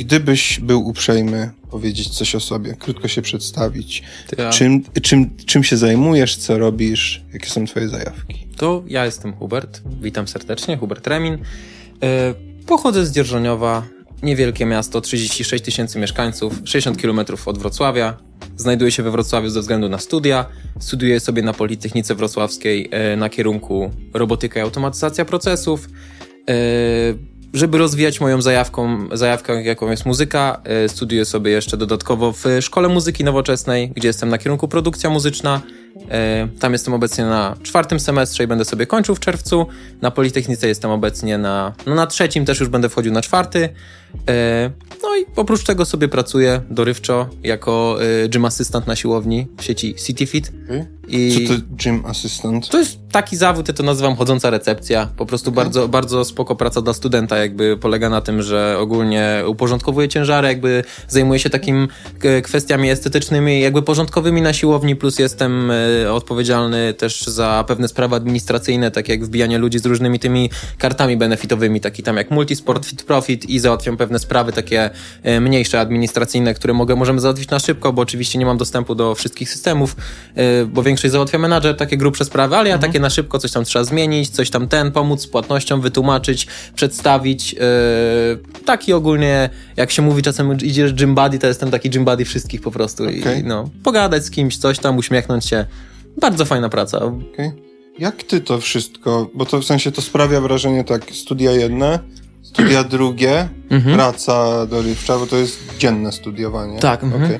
gdybyś był uprzejmy powiedzieć coś o sobie, krótko się przedstawić, Ja. czym się zajmujesz, co robisz, jakie są twoje zajawki? To ja jestem Hubert, witam serdecznie, Hubert Remin. Pochodzę z Dzierżoniowa, niewielkie miasto, 36 000 mieszkańców, 60 km od Wrocławia. Znajduję się we Wrocławiu ze względu na studia. Studiuję sobie na Politechnice Wrocławskiej na kierunku robotyka i automatyzacja procesów. Żeby rozwijać moją zajawkę jaką jest muzyka, studiuję sobie jeszcze dodatkowo w Szkole Muzyki Nowoczesnej, gdzie jestem na kierunku produkcja muzyczna. Tam jestem obecnie na 4. semestrze i będę sobie kończył w czerwcu. Na Politechnice jestem obecnie na 3, też już będę wchodził na 4. No i oprócz tego sobie pracuję dorywczo jako gym assistant na siłowni w sieci CityFit. Co to gym assistant? To jest taki zawód, ja to nazywam chodząca recepcja. Po prostu bardzo, bardzo spoko praca dla studenta, jakby polega na tym, że ogólnie uporządkowuję ciężary, jakby zajmuję się takim kwestiami estetycznymi, jakby porządkowymi na siłowni, plus jestem odpowiedzialny też za pewne sprawy administracyjne, tak jak wbijanie ludzi z różnymi tymi kartami benefitowymi, taki tam jak Multisport, Fit Profit, i załatwiam pewne sprawy takie mniejsze, administracyjne, które możemy załatwić na szybko, bo oczywiście nie mam dostępu do wszystkich systemów, bo większość załatwia menadżer, takie grubsze sprawy, ale ja takie na szybko, coś tam trzeba zmienić, coś tam pomóc z płatnością, wytłumaczyć, przedstawić. Taki ogólnie, jak się mówi czasem idziesz gym buddy, to jestem taki gym buddy wszystkich po prostu. Okay. I pogadać z kimś, coś tam, uśmiechnąć się. Bardzo fajna praca. Okay. Jak ty to wszystko, bo to w sensie to sprawia wrażenie tak, studia jedne, studia drugie, praca dorywcza, bo to jest dzienne studiowanie. Tak. Okay.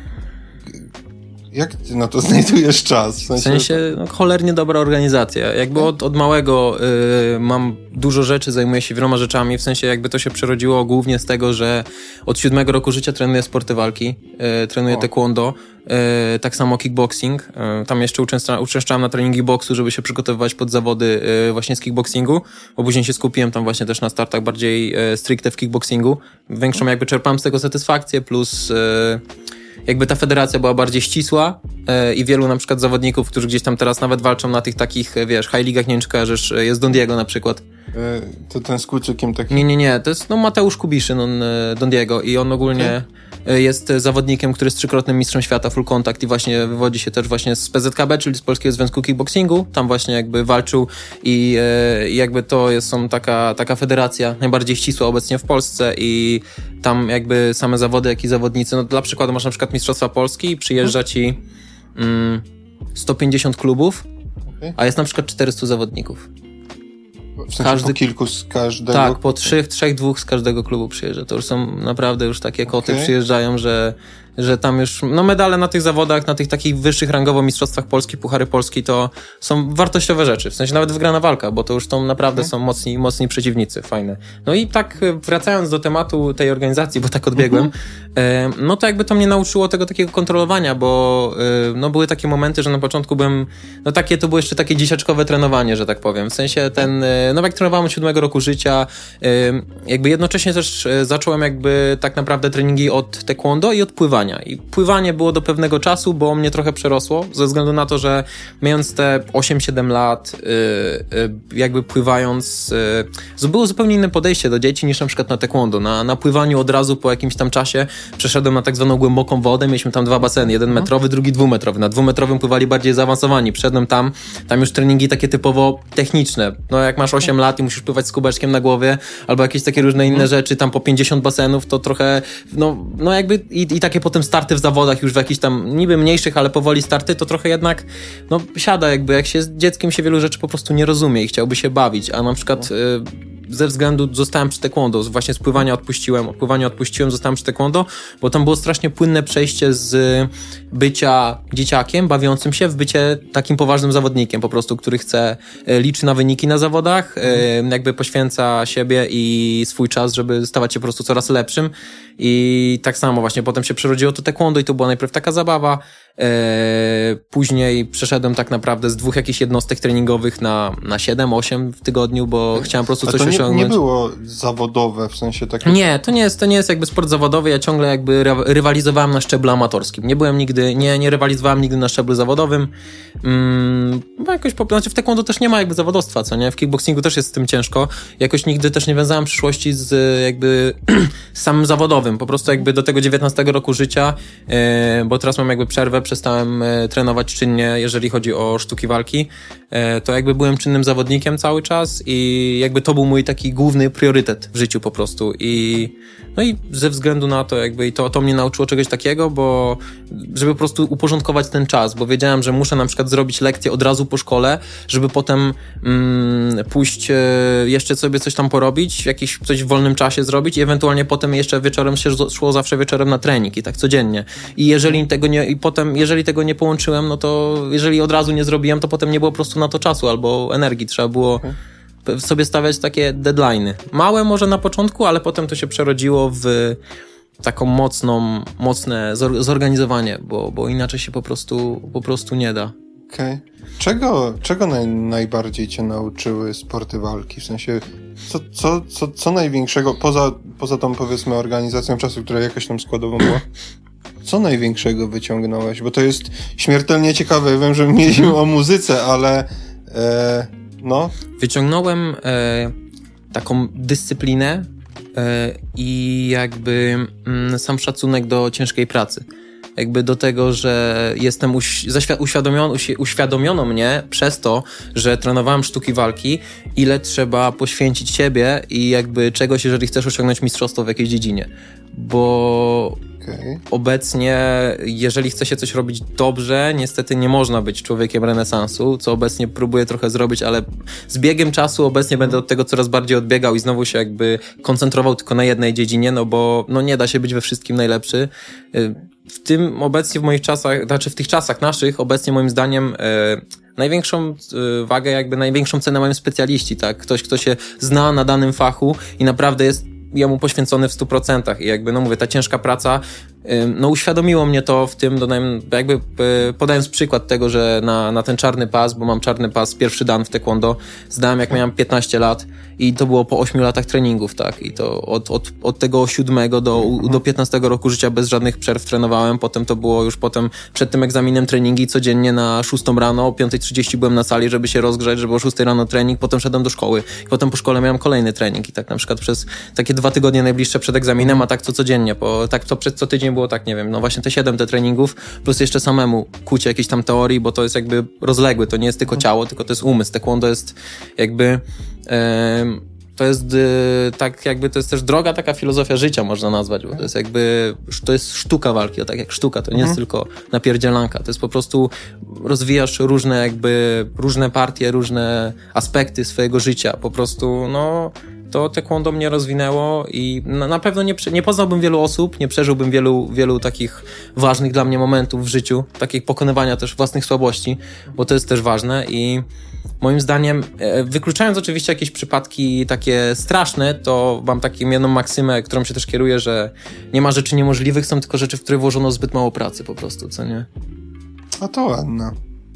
Jak ty na to znajdujesz czas? W sensie cholernie dobra organizacja. Jakby od małego mam dużo rzeczy, zajmuję się wieloma rzeczami. W sensie jakby to się przerodziło głównie z tego, że od 7 roku życia trenuję sporty walki, trenuję taekwondo, tak samo kickboxing. Tam jeszcze uczęszczałem na treningi boksu, żeby się przygotowywać pod zawody właśnie z kickboxingu, bo później się skupiłem tam właśnie też na startach bardziej stricte w kickboxingu. Większą jakby czerpałem z tego satysfakcję, plus jakby ta federacja była bardziej ścisła i wielu na przykład zawodników, którzy gdzieś tam teraz nawet walczą na tych takich, wiesz, high ligach, nie wiem czy kojarzysz, jest Don Diego na przykład. To ten z kulczykiem taki? Nie, to jest Mateusz Kubiszyn, Don Diego, i on ogólnie jest zawodnikiem, który jest 3-krotnym mistrzem świata full contact i właśnie wywodzi się też właśnie z PZKB, czyli z Polskiego Związku Kickboxingu. Tam właśnie jakby walczył i jakby to jest taka federacja najbardziej ścisła obecnie w Polsce i tam jakby same zawody, jak i zawodnicy, dla przykładu masz na przykład Mistrzostwa Polski i przyjeżdża ci 150 klubów, a jest na przykład 400 zawodników. W sensie po kilku z każdego? Tak, po 3, 2 z każdego klubu przyjeżdża. To już są naprawdę już takie koty przyjeżdżają, że tam już, medale na tych zawodach, na tych takich wyższych rangowo mistrzostwach Polski, Puchary Polski, to są wartościowe rzeczy. W sensie nawet wygrana walka, bo to już są naprawdę są mocni przeciwnicy, fajne. No i tak wracając do tematu tej organizacji, bo tak odbiegłem, to jakby to mnie nauczyło tego takiego kontrolowania, bo były takie momenty, że na początku byłem, to było jeszcze takie dzieciaczkowe trenowanie, że tak powiem. W sensie jak trenowałem od 7 roku życia, jakby jednocześnie też zacząłem jakby tak naprawdę treningi od taekwondo i od pływania. I pływanie było do pewnego czasu, bo mnie trochę przerosło, ze względu na to, że mając te 8-7 lat, jakby pływając, było zupełnie inne podejście do dzieci niż na przykład na taekwondo. Na pływaniu od razu po jakimś tam czasie przeszedłem na tak zwaną głęboką wodę, mieliśmy tam 2 baseny, jeden metrowy, drugi 2-metrowy. Na 2-metrowym pływali bardziej zaawansowani. Wszedłem tam już treningi takie typowo techniczne. Jak masz 8 lat i musisz pływać z kubeczkiem na głowie, albo jakieś takie różne inne rzeczy, tam po 50 basenów, to trochę, jakby i takie potem starty w zawodach już w jakichś tam niby mniejszych, ale powoli starty, to trochę jednak siada jakby, jak się z dzieckiem się wielu rzeczy po prostu nie rozumie i chciałby się bawić, a na przykład ze względu zostałem przy taekwondo, właśnie z pływania odpuściłem, zostałem przy taekwondo, bo tam było strasznie płynne przejście z bycia dzieciakiem, bawiącym się, w bycie takim poważnym zawodnikiem po prostu, który liczy na wyniki na zawodach, jakby poświęca siebie i swój czas, żeby stawać się po prostu coraz lepszym i tak samo właśnie potem się przerodziło to taekwondo i to była najpierw taka zabawa, Później przeszedłem tak naprawdę z 2 jakichś jednostek treningowych na 7-8 w tygodniu, bo chciałem po prostu coś osiągnąć. Nie było zawodowe, w sensie takie... Nie, to nie jest jakby sport zawodowy, ja ciągle jakby rywalizowałem na szczeblu amatorskim. Nie rywalizowałem nigdy na szczeblu zawodowym. Bo jakoś, znaczy w taekwondo też nie ma jakby zawodowstwa, co nie? W kickboxingu też jest z tym ciężko. Jakoś nigdy też nie wiązałem przyszłości z jakby samym zawodowym. Po prostu jakby do tego 19 roku życia, bo teraz mam jakby przerwę, przestałem trenować czynnie, jeżeli chodzi o sztuki walki, to jakby byłem czynnym zawodnikiem cały czas i jakby to był mój taki główny priorytet w życiu po prostu no i ze względu na to jakby i to mnie nauczyło czegoś takiego, bo żeby po prostu uporządkować ten czas, bo wiedziałem, że muszę na przykład zrobić lekcję od razu po szkole, żeby potem pójść jeszcze sobie coś tam porobić, coś w wolnym czasie zrobić i ewentualnie potem jeszcze wieczorem się szło zawsze wieczorem na trening i tak codziennie. I jeżeli tego nie połączyłem, no to jeżeli od razu nie zrobiłem, to potem nie było po prostu na to czasu albo energii. Trzeba było sobie stawiać takie deadline'y. Małe może na początku, ale potem to się przerodziło w taką mocne zorganizowanie, bo inaczej się po prostu nie da. Okej. Czego najbardziej cię nauczyły sporty walki? W sensie, co największego, poza tą powiedzmy organizacją czasu, która jakoś tam składową była, co największego wyciągnąłeś? Bo to jest śmiertelnie ciekawe. Wiem, że mieliśmy o muzyce, ale no. Wyciągnąłem taką dyscyplinę i jakby sam szacunek do ciężkiej pracy. Jakby do tego, że jestem uświadomiono mnie przez to, że trenowałem sztuki walki, ile trzeba poświęcić siebie i jakby czegoś, jeżeli chcesz osiągnąć mistrzostwo w jakiejś dziedzinie. Bo obecnie, jeżeli chce się coś robić dobrze, niestety nie można być człowiekiem renesansu, co obecnie próbuję trochę zrobić, ale z biegiem czasu obecnie będę od tego coraz bardziej odbiegał i znowu się jakby koncentrował tylko na jednej dziedzinie, no bo nie da się być we wszystkim najlepszy. W tych czasach naszych, obecnie moim zdaniem największą wagę, jakby największą cenę mają specjaliści, tak? Ktoś, kto się zna na danym fachu i naprawdę jest jemu poświęcony w 100%. I jakby, mówię, ta ciężka praca, uświadomiło mnie to w tym, jakby podając przykład tego, że na ten czarny pas, bo mam czarny pas, pierwszy dan w taekwondo, zdałem jak miałem 15 lat i to było po 8 latach treningów, tak? I to od tego 7 do 15 roku życia bez żadnych przerw trenowałem, potem to było już przed tym egzaminem treningi codziennie na 6 rano, o 5:30 byłem na sali, żeby się rozgrzać, żeby o 6 rano trening, potem szedłem do szkoły i potem po szkole miałem kolejny trening i tak na przykład przez takie 2 tygodnie najbliższe przed egzaminem, a tak co codziennie, bo tak to co tydzień było tak, nie wiem, właśnie te 7 treningów, plus jeszcze samemu kucie jakiejś tam teorii, bo to jest jakby rozległy, to nie jest tylko ciało, tylko to jest umysł. Taekwondo jest jakby to jest też droga, taka filozofia życia można nazwać, bo to jest sztuka walki, tak jak sztuka, to nie jest tylko napierdzielanka, to jest po prostu rozwijasz różne partie, różne aspekty swojego życia, po prostu, to taekwondo mnie rozwinęło i na pewno nie poznałbym wielu osób, nie przeżyłbym wielu takich ważnych dla mnie momentów w życiu, takich pokonywania też własnych słabości, bo to jest też ważne i moim zdaniem, wykluczając oczywiście jakieś przypadki takie straszne, to mam taką jedną maksymę, którą się też kieruję, że nie ma rzeczy niemożliwych, są tylko rzeczy, w które włożono zbyt mało pracy po prostu, co nie? A to ładne.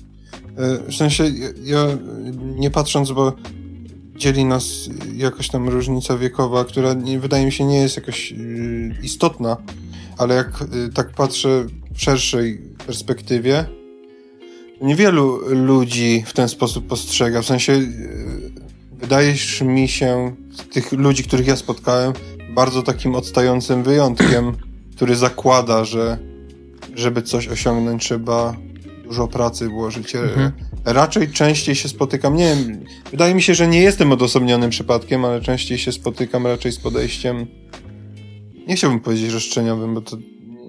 W sensie, ja nie patrząc, bo dzieli nas jakaś tam różnica wiekowa, która wydaje mi się nie jest jakoś istotna, ale jak tak patrzę w szerszej perspektywie, niewielu ludzi w ten sposób postrzega. W sensie wydajesz mi się z tych ludzi, których ja spotkałem, bardzo takim odstającym wyjątkiem, który zakłada, że żeby coś osiągnąć, trzeba dużo pracy włożyć. Raczej częściej się spotykam, nie wiem, wydaje mi się, że nie jestem odosobnionym przypadkiem, ale częściej się spotykam raczej z podejściem, nie chciałbym powiedzieć roszczeniowym, bo to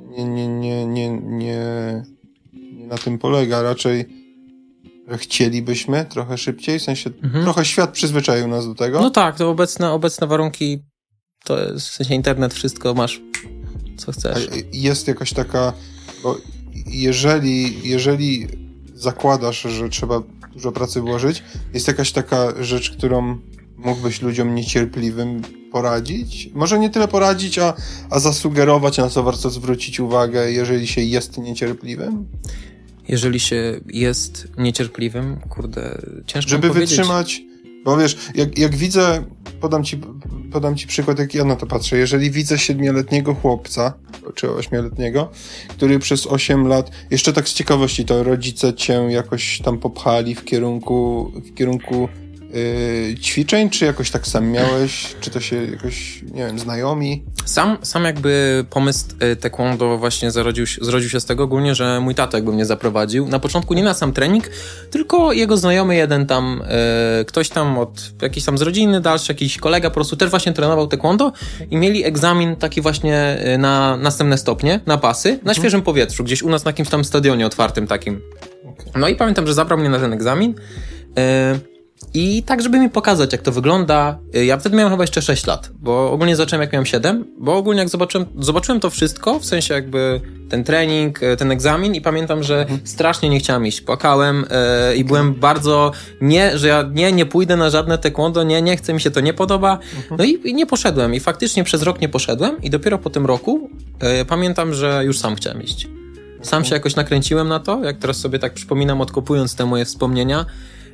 nie na tym polega, raczej że chcielibyśmy trochę szybciej, w sensie trochę świat przyzwyczaił nas do tego. No tak, to obecne warunki, to jest w sensie internet, wszystko masz, co chcesz. Jest jakaś taka, bo jeżeli zakładasz, że trzeba dużo pracy włożyć, jest jakaś taka rzecz, którą mógłbyś ludziom niecierpliwym poradzić? Może nie tyle poradzić, a zasugerować, na co warto zwrócić uwagę, jeżeli się jest niecierpliwym? Jeżeli się jest niecierpliwym, kurde, ciężko żeby powiedzieć. Wytrzymać, bo wiesz, jak widzę, podam ci przykład, jak ja na to patrzę. Jeżeli widzę 7-letniego chłopca, czy 8-letniego, który przez 8 lat, jeszcze tak z ciekawości, to rodzice cię jakoś tam popchali w kierunku ćwiczeń, czy jakoś tak sam miałeś, czy to się jakoś, nie wiem, znajomi? Sam jakby pomysł taekwondo właśnie zrodził się z tego ogólnie, że mój tata jakby mnie zaprowadził. Na początku nie na sam trening, tylko jego znajomy jeden tam, ktoś tam jakiś tam z rodziny dalszy, jakiś kolega po prostu też właśnie trenował taekwondo i mieli egzamin taki właśnie na następne stopnie, na pasy, na świeżym powietrzu, gdzieś u nas na jakimś tam stadionie otwartym takim. No i pamiętam, że zabrał mnie na ten egzamin. I tak, żeby mi pokazać, jak to wygląda. Ja wtedy miałem chyba jeszcze 6 lat, bo ogólnie zacząłem jak miałem 7, bo ogólnie jak zobaczyłem to wszystko, w sensie jakby ten trening, ten egzamin i pamiętam, że strasznie nie chciałem iść. Płakałem i byłem bardzo, że ja nie pójdę na żadne taekwondo, nie chcę, mi się to nie podoba. No i nie poszedłem i faktycznie przez rok nie poszedłem i dopiero po tym roku pamiętam, że już sam chciałem iść. Sam się jakoś nakręciłem na to, jak teraz sobie tak przypominam, odkopując te moje wspomnienia.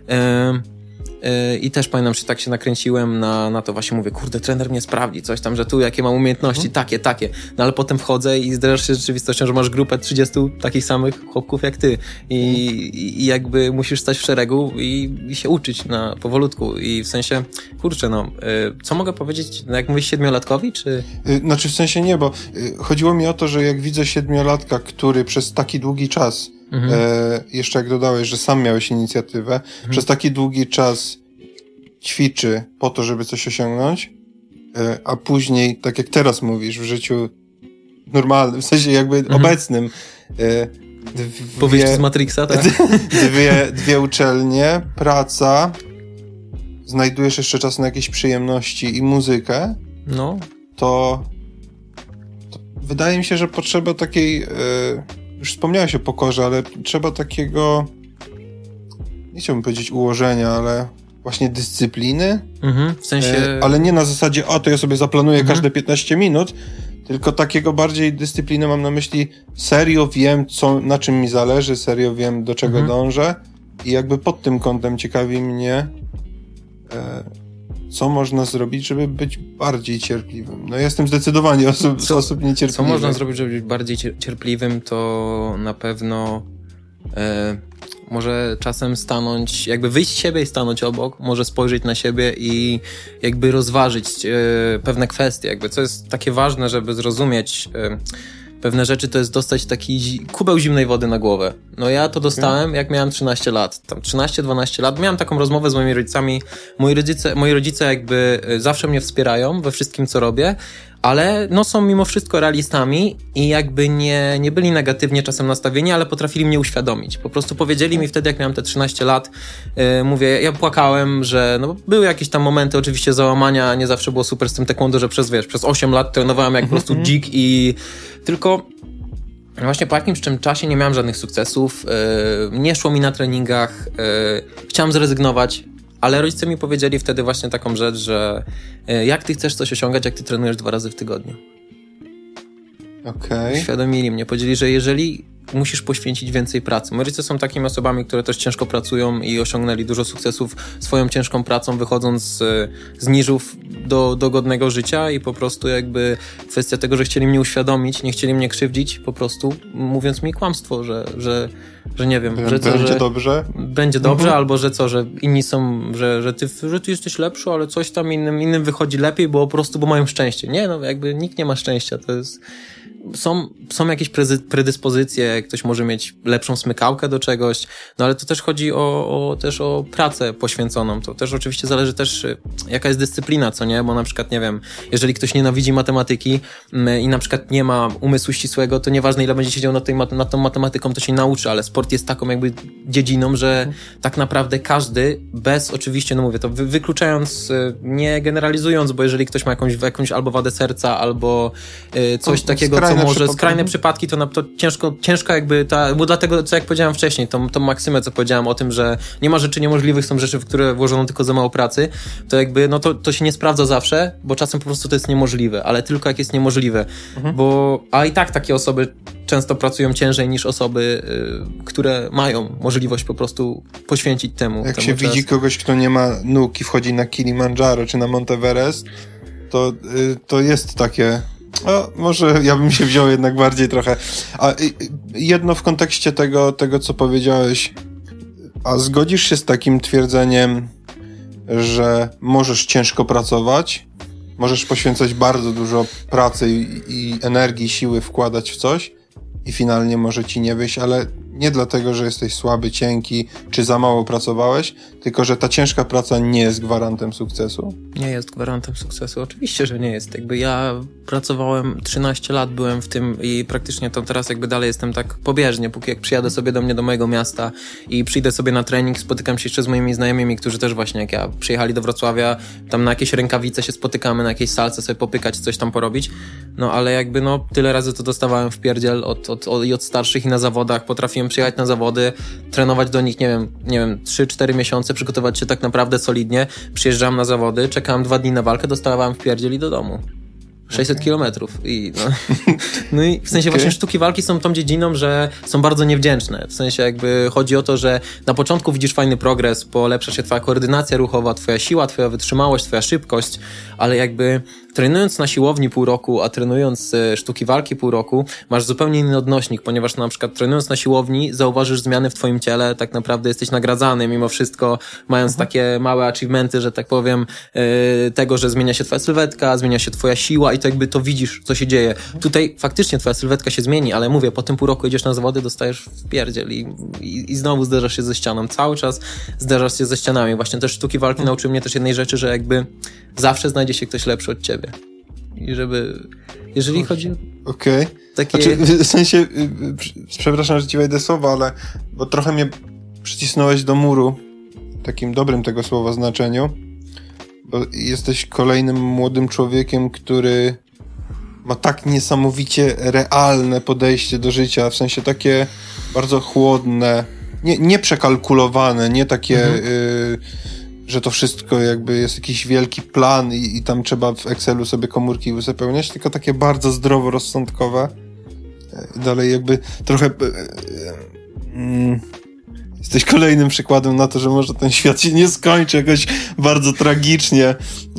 I też pamiętam, że tak się nakręciłem na to, właśnie mówię, kurde, trener mnie sprawdzi, coś tam, że tu jakie mam umiejętności, takie. No ale potem wchodzę i zderzasz się z rzeczywistością, że masz grupę 30 takich samych chłopków jak ty i jakby musisz stać w szeregu i się uczyć powolutku i w sensie, kurczę, co mogę powiedzieć, jak mówisz 7-latkowi, czy? Znaczy w sensie nie, bo chodziło mi o to, że jak widzę 7-latka, który przez taki długi czas jeszcze jak dodałeś, że sam miałeś inicjatywę, przez taki długi czas ćwiczy po to, żeby coś osiągnąć, a później, tak jak teraz mówisz, w życiu normalnym, w sensie jakby obecnym, po wyjściu z Matrixa, tak? dwie uczelnie, praca, znajdujesz jeszcze czas na jakieś przyjemności i muzykę, no. to wydaje mi się, że potrzeba takiej... Już wspomniałeś o pokorze, ale trzeba takiego, nie chciałbym powiedzieć ułożenia, ale właśnie dyscypliny. W sensie... Ale nie na zasadzie, to ja sobie zaplanuję każde 15 minut, tylko takiego bardziej dyscypliny mam na myśli, serio wiem, na czym mi zależy, serio wiem, do czego dążę i jakby pod tym kątem ciekawi mnie, co można zrobić, żeby być bardziej cierpliwym. No jestem zdecydowanie osób niecierpliwych. Co można zrobić, żeby być bardziej cierpliwym, to na pewno może czasem stanąć, jakby wyjść z siebie i stanąć obok, może spojrzeć na siebie i jakby rozważyć pewne kwestie, jakby co jest takie ważne, żeby zrozumieć pewne rzeczy, to jest dostać taki kubeł zimnej wody na głowę. No ja to dostałem, jak miałem 13 lat. Tam 13-12 lat. Miałem taką rozmowę z moimi rodzicami. Moi rodzice jakby zawsze mnie wspierają we wszystkim, co robię, ale no są mimo wszystko realistami i jakby nie byli negatywnie czasem nastawieni, ale potrafili mnie uświadomić. Po prostu powiedzieli mi wtedy, jak miałem te 13 lat, mówię, ja płakałem, że no były jakieś tam momenty oczywiście załamania, nie zawsze było super z tym taekwondo, że przez 8 lat trenowałem jak po prostu dzik i tylko właśnie po jakimś czasie nie miałem żadnych sukcesów, nie szło mi na treningach, chciałem zrezygnować, ale rodzice mi powiedzieli wtedy właśnie taką rzecz, że jak ty chcesz coś osiągać, jak ty trenujesz 2 razy w tygodniu. Okej. Uświadomili mnie, powiedzieli, że jeżeli musisz poświęcić więcej pracy. Moi rodzice są takimi osobami, które też ciężko pracują i osiągnęli dużo sukcesów swoją ciężką pracą, wychodząc z niżów do godnego życia i po prostu jakby kwestia tego, że chcieli mnie uświadomić, nie chcieli mnie krzywdzić, po prostu mówiąc mi kłamstwo, że nie wiem, że co, będzie dobrze? Będzie dobrze, albo że co, że inni są, że ty jesteś lepszy, ale coś tam innym wychodzi lepiej, bo po prostu, bo mają szczęście. Nie, no jakby nikt nie ma szczęścia, to jest... Są jakieś predyspozycje, ktoś może mieć lepszą smykałkę do czegoś, no ale to też chodzi też o pracę poświęconą. To też oczywiście zależy też, jaka jest dyscyplina, co nie? Bo na przykład, nie wiem, jeżeli ktoś nienawidzi matematyki i na przykład nie ma umysłu ścisłego, to nieważne ile będzie siedział nad tą matematyką, to się nauczy, ale sport jest taką jakby dziedziną, że tak naprawdę każdy, bez oczywiście, no mówię to wykluczając, nie generalizując, bo jeżeli ktoś ma jakąś albo wadę serca, albo coś takiego, skrajne przypadki, to ciężko jakby bo dlatego, co jak powiedziałem wcześniej, tą maksymę, co powiedziałem o tym, że nie ma rzeczy niemożliwych, są rzeczy, w które włożono tylko za mało pracy, to jakby, no to się nie sprawdza zawsze, bo czasem po prostu to jest niemożliwe, ale tylko jak jest niemożliwe, a i tak takie osoby często pracują ciężej niż osoby, które mają możliwość po prostu poświęcić temu. Jak się widzi kogoś, kto nie ma nóg i wchodzi na Kilimandżaro czy na Monteverest, to jest takie... może ja bym się wziął jednak bardziej trochę. A jedno w kontekście tego, co powiedziałeś, a zgodzisz się z takim twierdzeniem, że możesz ciężko pracować, możesz poświęcać bardzo dużo pracy i energii, siły wkładać w coś i finalnie może ci nie wyjść, ale nie dlatego, że jesteś słaby, cienki, czy za mało pracowałeś, tylko że ta ciężka praca nie jest gwarantem sukcesu? Nie jest gwarantem sukcesu. Oczywiście, że nie jest. Jakby ja pracowałem 13 lat, byłem w tym i praktycznie to teraz jakby dalej jestem tak pobieżnie, póki jak przyjadę sobie do mojego miasta i przyjdę sobie na trening, spotykam się jeszcze z moimi znajomymi, którzy też właśnie jak ja przyjechali do Wrocławia, tam na jakieś rękawice się spotykamy, na jakiejś salce sobie popykać, coś tam porobić. No ale jakby tyle razy to dostawałem w pierdziel od starszych i na zawodach potrafiłem przyjechać na zawody, trenować do nich, nie wiem, 3-4 miesiące, przygotować się tak naprawdę solidnie, przyjeżdżałem na zawody, czekałem 2 dni na walkę, dostawałem w pierdziel i do domu. 600 kilometrów i no i w sensie właśnie sztuki walki są tą dziedziną, że są bardzo niewdzięczne. W sensie jakby chodzi o to, że na początku widzisz fajny progres, polepsza się twoja koordynacja ruchowa, twoja siła, twoja wytrzymałość, twoja szybkość, ale jakby trenując na siłowni pół roku, a trenując sztuki walki pół roku, masz zupełnie inny odnośnik, ponieważ na przykład trenując na siłowni zauważysz zmiany w twoim ciele, tak naprawdę jesteś nagradzany mimo wszystko, mając takie małe achievementy, że tak powiem, tego, że zmienia się twoja sylwetka, zmienia się twoja siła i to jakby to widzisz, co się dzieje. Tutaj faktycznie twoja sylwetka się zmieni, ale mówię, po tym pół roku idziesz na zawody, dostajesz w pierdziel i znowu zderzasz się ze ścianą. Cały czas zderzasz się ze ścianami. Właśnie też sztuki walki nauczyły mnie też jednej rzeczy, że jakby zawsze znajdzie się ktoś lepszy od ciebie. I jeżeli chodzi o takie... Znaczy, w sensie, przepraszam, że ci wejdę słowa, ale bo trochę mnie przycisnąłeś do muru w takim dobrym tego słowa znaczeniu, bo jesteś kolejnym młodym człowiekiem, który ma tak niesamowicie realne podejście do życia, w sensie takie bardzo chłodne, nie przekalkulowane, nie takie... że to wszystko jakby jest jakiś wielki plan i tam trzeba w Excelu sobie komórki uzupełniać, tylko takie bardzo zdroworozsądkowe. Dalej jakby trochę... Jesteś kolejnym przykładem na to, że może ten świat się nie skończy jakoś bardzo tragicznie,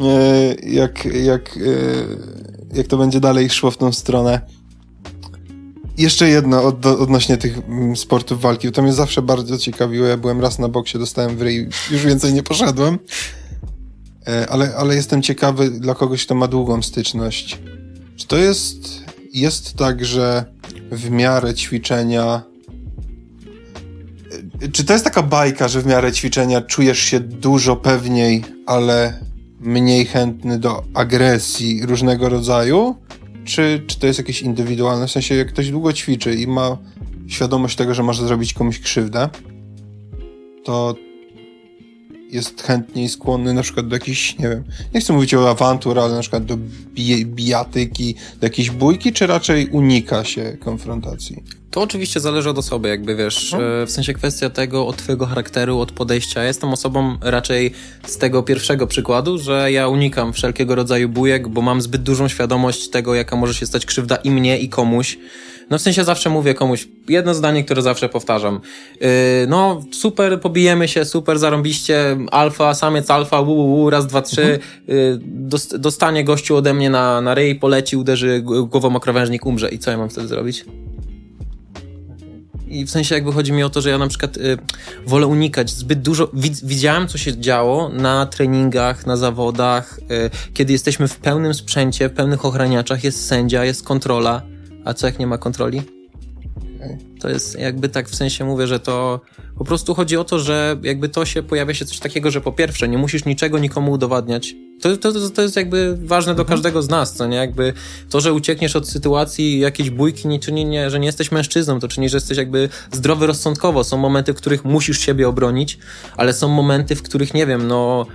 jak to będzie dalej szło w tą stronę. Jeszcze jedno odnośnie tych sportów walki, to mnie zawsze bardzo ciekawiło. Ja byłem raz na boksie, dostałem w ryj, już więcej nie poszedłem. Ale jestem ciekawy dla kogoś, kto ma długą styczność. Czy to jest tak, że w miarę ćwiczenia... Czy to jest taka bajka, że w miarę ćwiczenia czujesz się dużo pewniej, ale mniej chętny do agresji różnego rodzaju? Czy to jest jakieś indywidualne? W sensie, jak ktoś długo ćwiczy i ma świadomość tego, że może zrobić komuś krzywdę, to jest chętniej skłonny na przykład do jakichś, nie wiem, nie chcę mówić o awantur, ale na przykład do bijatyki, do jakiejś bójki, czy raczej unika się konfrontacji? To oczywiście zależy od osoby, jakby wiesz, w sensie kwestia tego, od twojego charakteru, od podejścia. Ja jestem osobą raczej z tego pierwszego przykładu, że ja unikam wszelkiego rodzaju bójek, bo mam zbyt dużą świadomość tego, jaka może się stać krzywda i mnie, i komuś. No w sensie zawsze mówię komuś, jedno zdanie, które zawsze powtarzam. No super, pobijemy się, super, zarąbiście, alfa, samiec alfa, raz, dwa, trzy, dostanie gościu ode mnie na ryj, poleci, uderzy głową o krawężnik, umrze. I co ja mam wtedy zrobić? I w sensie jakby chodzi mi o to, że ja na przykład wolę unikać zbyt dużo. Widziałem, co się działo na treningach, na zawodach, kiedy jesteśmy w pełnym sprzęcie, w pełnych ochraniaczach, jest sędzia, jest kontrola. A co jak nie ma kontroli? To jest jakby tak w sensie mówię, że to po prostu chodzi o to, że jakby to się pojawia się coś takiego, że po pierwsze nie musisz niczego nikomu udowadniać. To jest jakby ważne do każdego z nas, co nie? Jakby to, że uciekniesz od sytuacji jakiejś bójki nie czyni, że nie jesteś mężczyzną, to czyni, że jesteś jakby zdrowy rozsądkowo. Są momenty, w których musisz siebie obronić, ale są momenty, w których nie wiem, no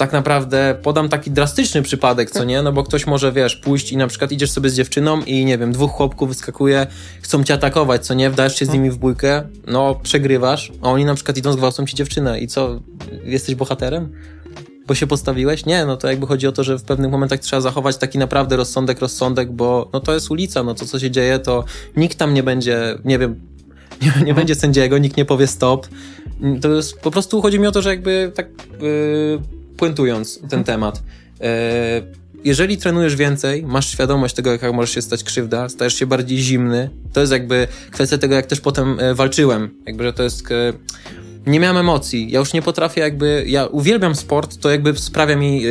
tak naprawdę podam taki drastyczny przypadek, co nie? No bo ktoś może, wiesz, pójść i na przykład idziesz sobie z dziewczyną i nie wiem, 2 chłopków wyskakuje, chcą cię atakować, co nie? Wdajesz się z nimi w bójkę, no przegrywasz, a oni na przykład idą zgwałcą ci dziewczynę i co? Jesteś bohaterem? Bo się postawiłeś? Nie, no to jakby chodzi o to, że w pewnych momentach trzeba zachować taki naprawdę rozsądek, bo no to jest ulica, no to co się dzieje, to nikt tam nie będzie, nie wiem, nie będzie sędziego, nikt nie powie stop. To jest, po prostu chodzi mi o to, że jakby tak puentując ten temat, jeżeli trenujesz więcej, masz świadomość tego, jaka może się stać krzywda, stajesz się bardziej zimny, to jest jakby kwestia tego, jak też potem walczyłem, jakby, że to jest... Nie miałem emocji, ja już nie potrafię ja uwielbiam sport, to jakby sprawia mi,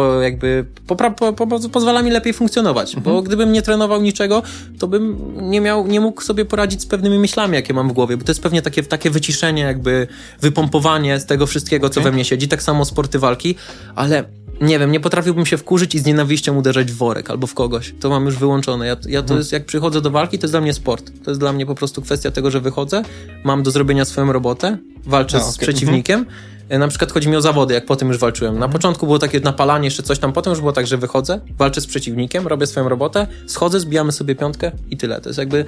pozwala mi lepiej funkcjonować, bo gdybym nie trenował niczego, to bym nie mógł sobie poradzić z pewnymi myślami, jakie mam w głowie, bo to jest pewnie takie wyciszenie, jakby wypompowanie z tego wszystkiego, co we mnie siedzi, tak samo sporty walki, ale nie wiem, nie potrafiłbym się wkurzyć i z nienawiścią uderzać w worek albo w kogoś. To mam już wyłączone. Ja to jest, jak przychodzę do walki, to jest dla mnie sport. To jest dla mnie po prostu kwestia tego, że wychodzę, mam do zrobienia swoją robotę, walczę z przeciwnikiem. Na przykład chodzi mi o zawody, jak potem już walczyłem. Na początku było takie napalanie, jeszcze coś tam, potem już było tak, że wychodzę, walczę z przeciwnikiem, robię swoją robotę, schodzę, zbijamy sobie piątkę i tyle. To jest jakby,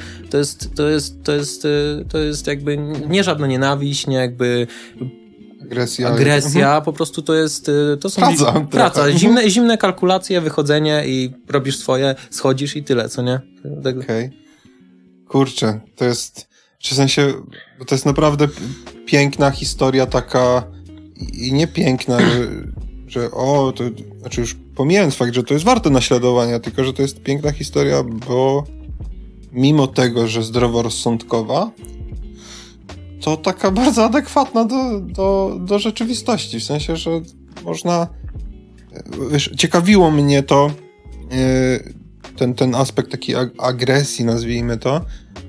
to jest jakby nie żadna nienawiść, nie jakby agresja, po prostu to są praca, zimne kalkulacje, wychodzenie i robisz swoje, schodzisz i tyle, co nie? Okej. Kurczę, to jest, w sensie, bo to jest naprawdę piękna historia taka i nie piękna, że to znaczy już pomijając fakt, że to jest warte naśladowania, tylko że to jest piękna historia, bo mimo tego, że zdroworozsądkowa, to taka bardzo adekwatna do rzeczywistości. W sensie, że można... Wiesz, ciekawiło mnie to, ten aspekt takiej agresji, nazwijmy to.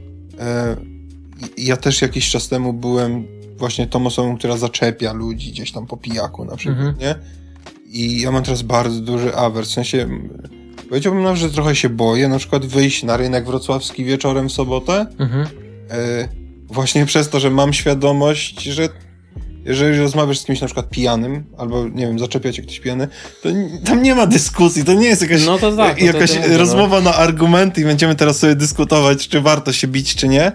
Ja też jakiś czas temu byłem właśnie tą osobą, która zaczepia ludzi gdzieś tam po pijaku na przykład, nie? I ja mam teraz bardzo duży awers. W sensie, powiedziałbym nawet, że trochę się boję na przykład wyjść na rynek wrocławski wieczorem w sobotę. Właśnie przez to, że mam świadomość, że jeżeli rozmawiasz z kimś na przykład pijanym, albo nie wiem, zaczepia cię ktoś pijany, to tam nie ma dyskusji, to nie jest jakaś rozmowa na argumenty i będziemy teraz sobie dyskutować, czy warto się bić, czy nie.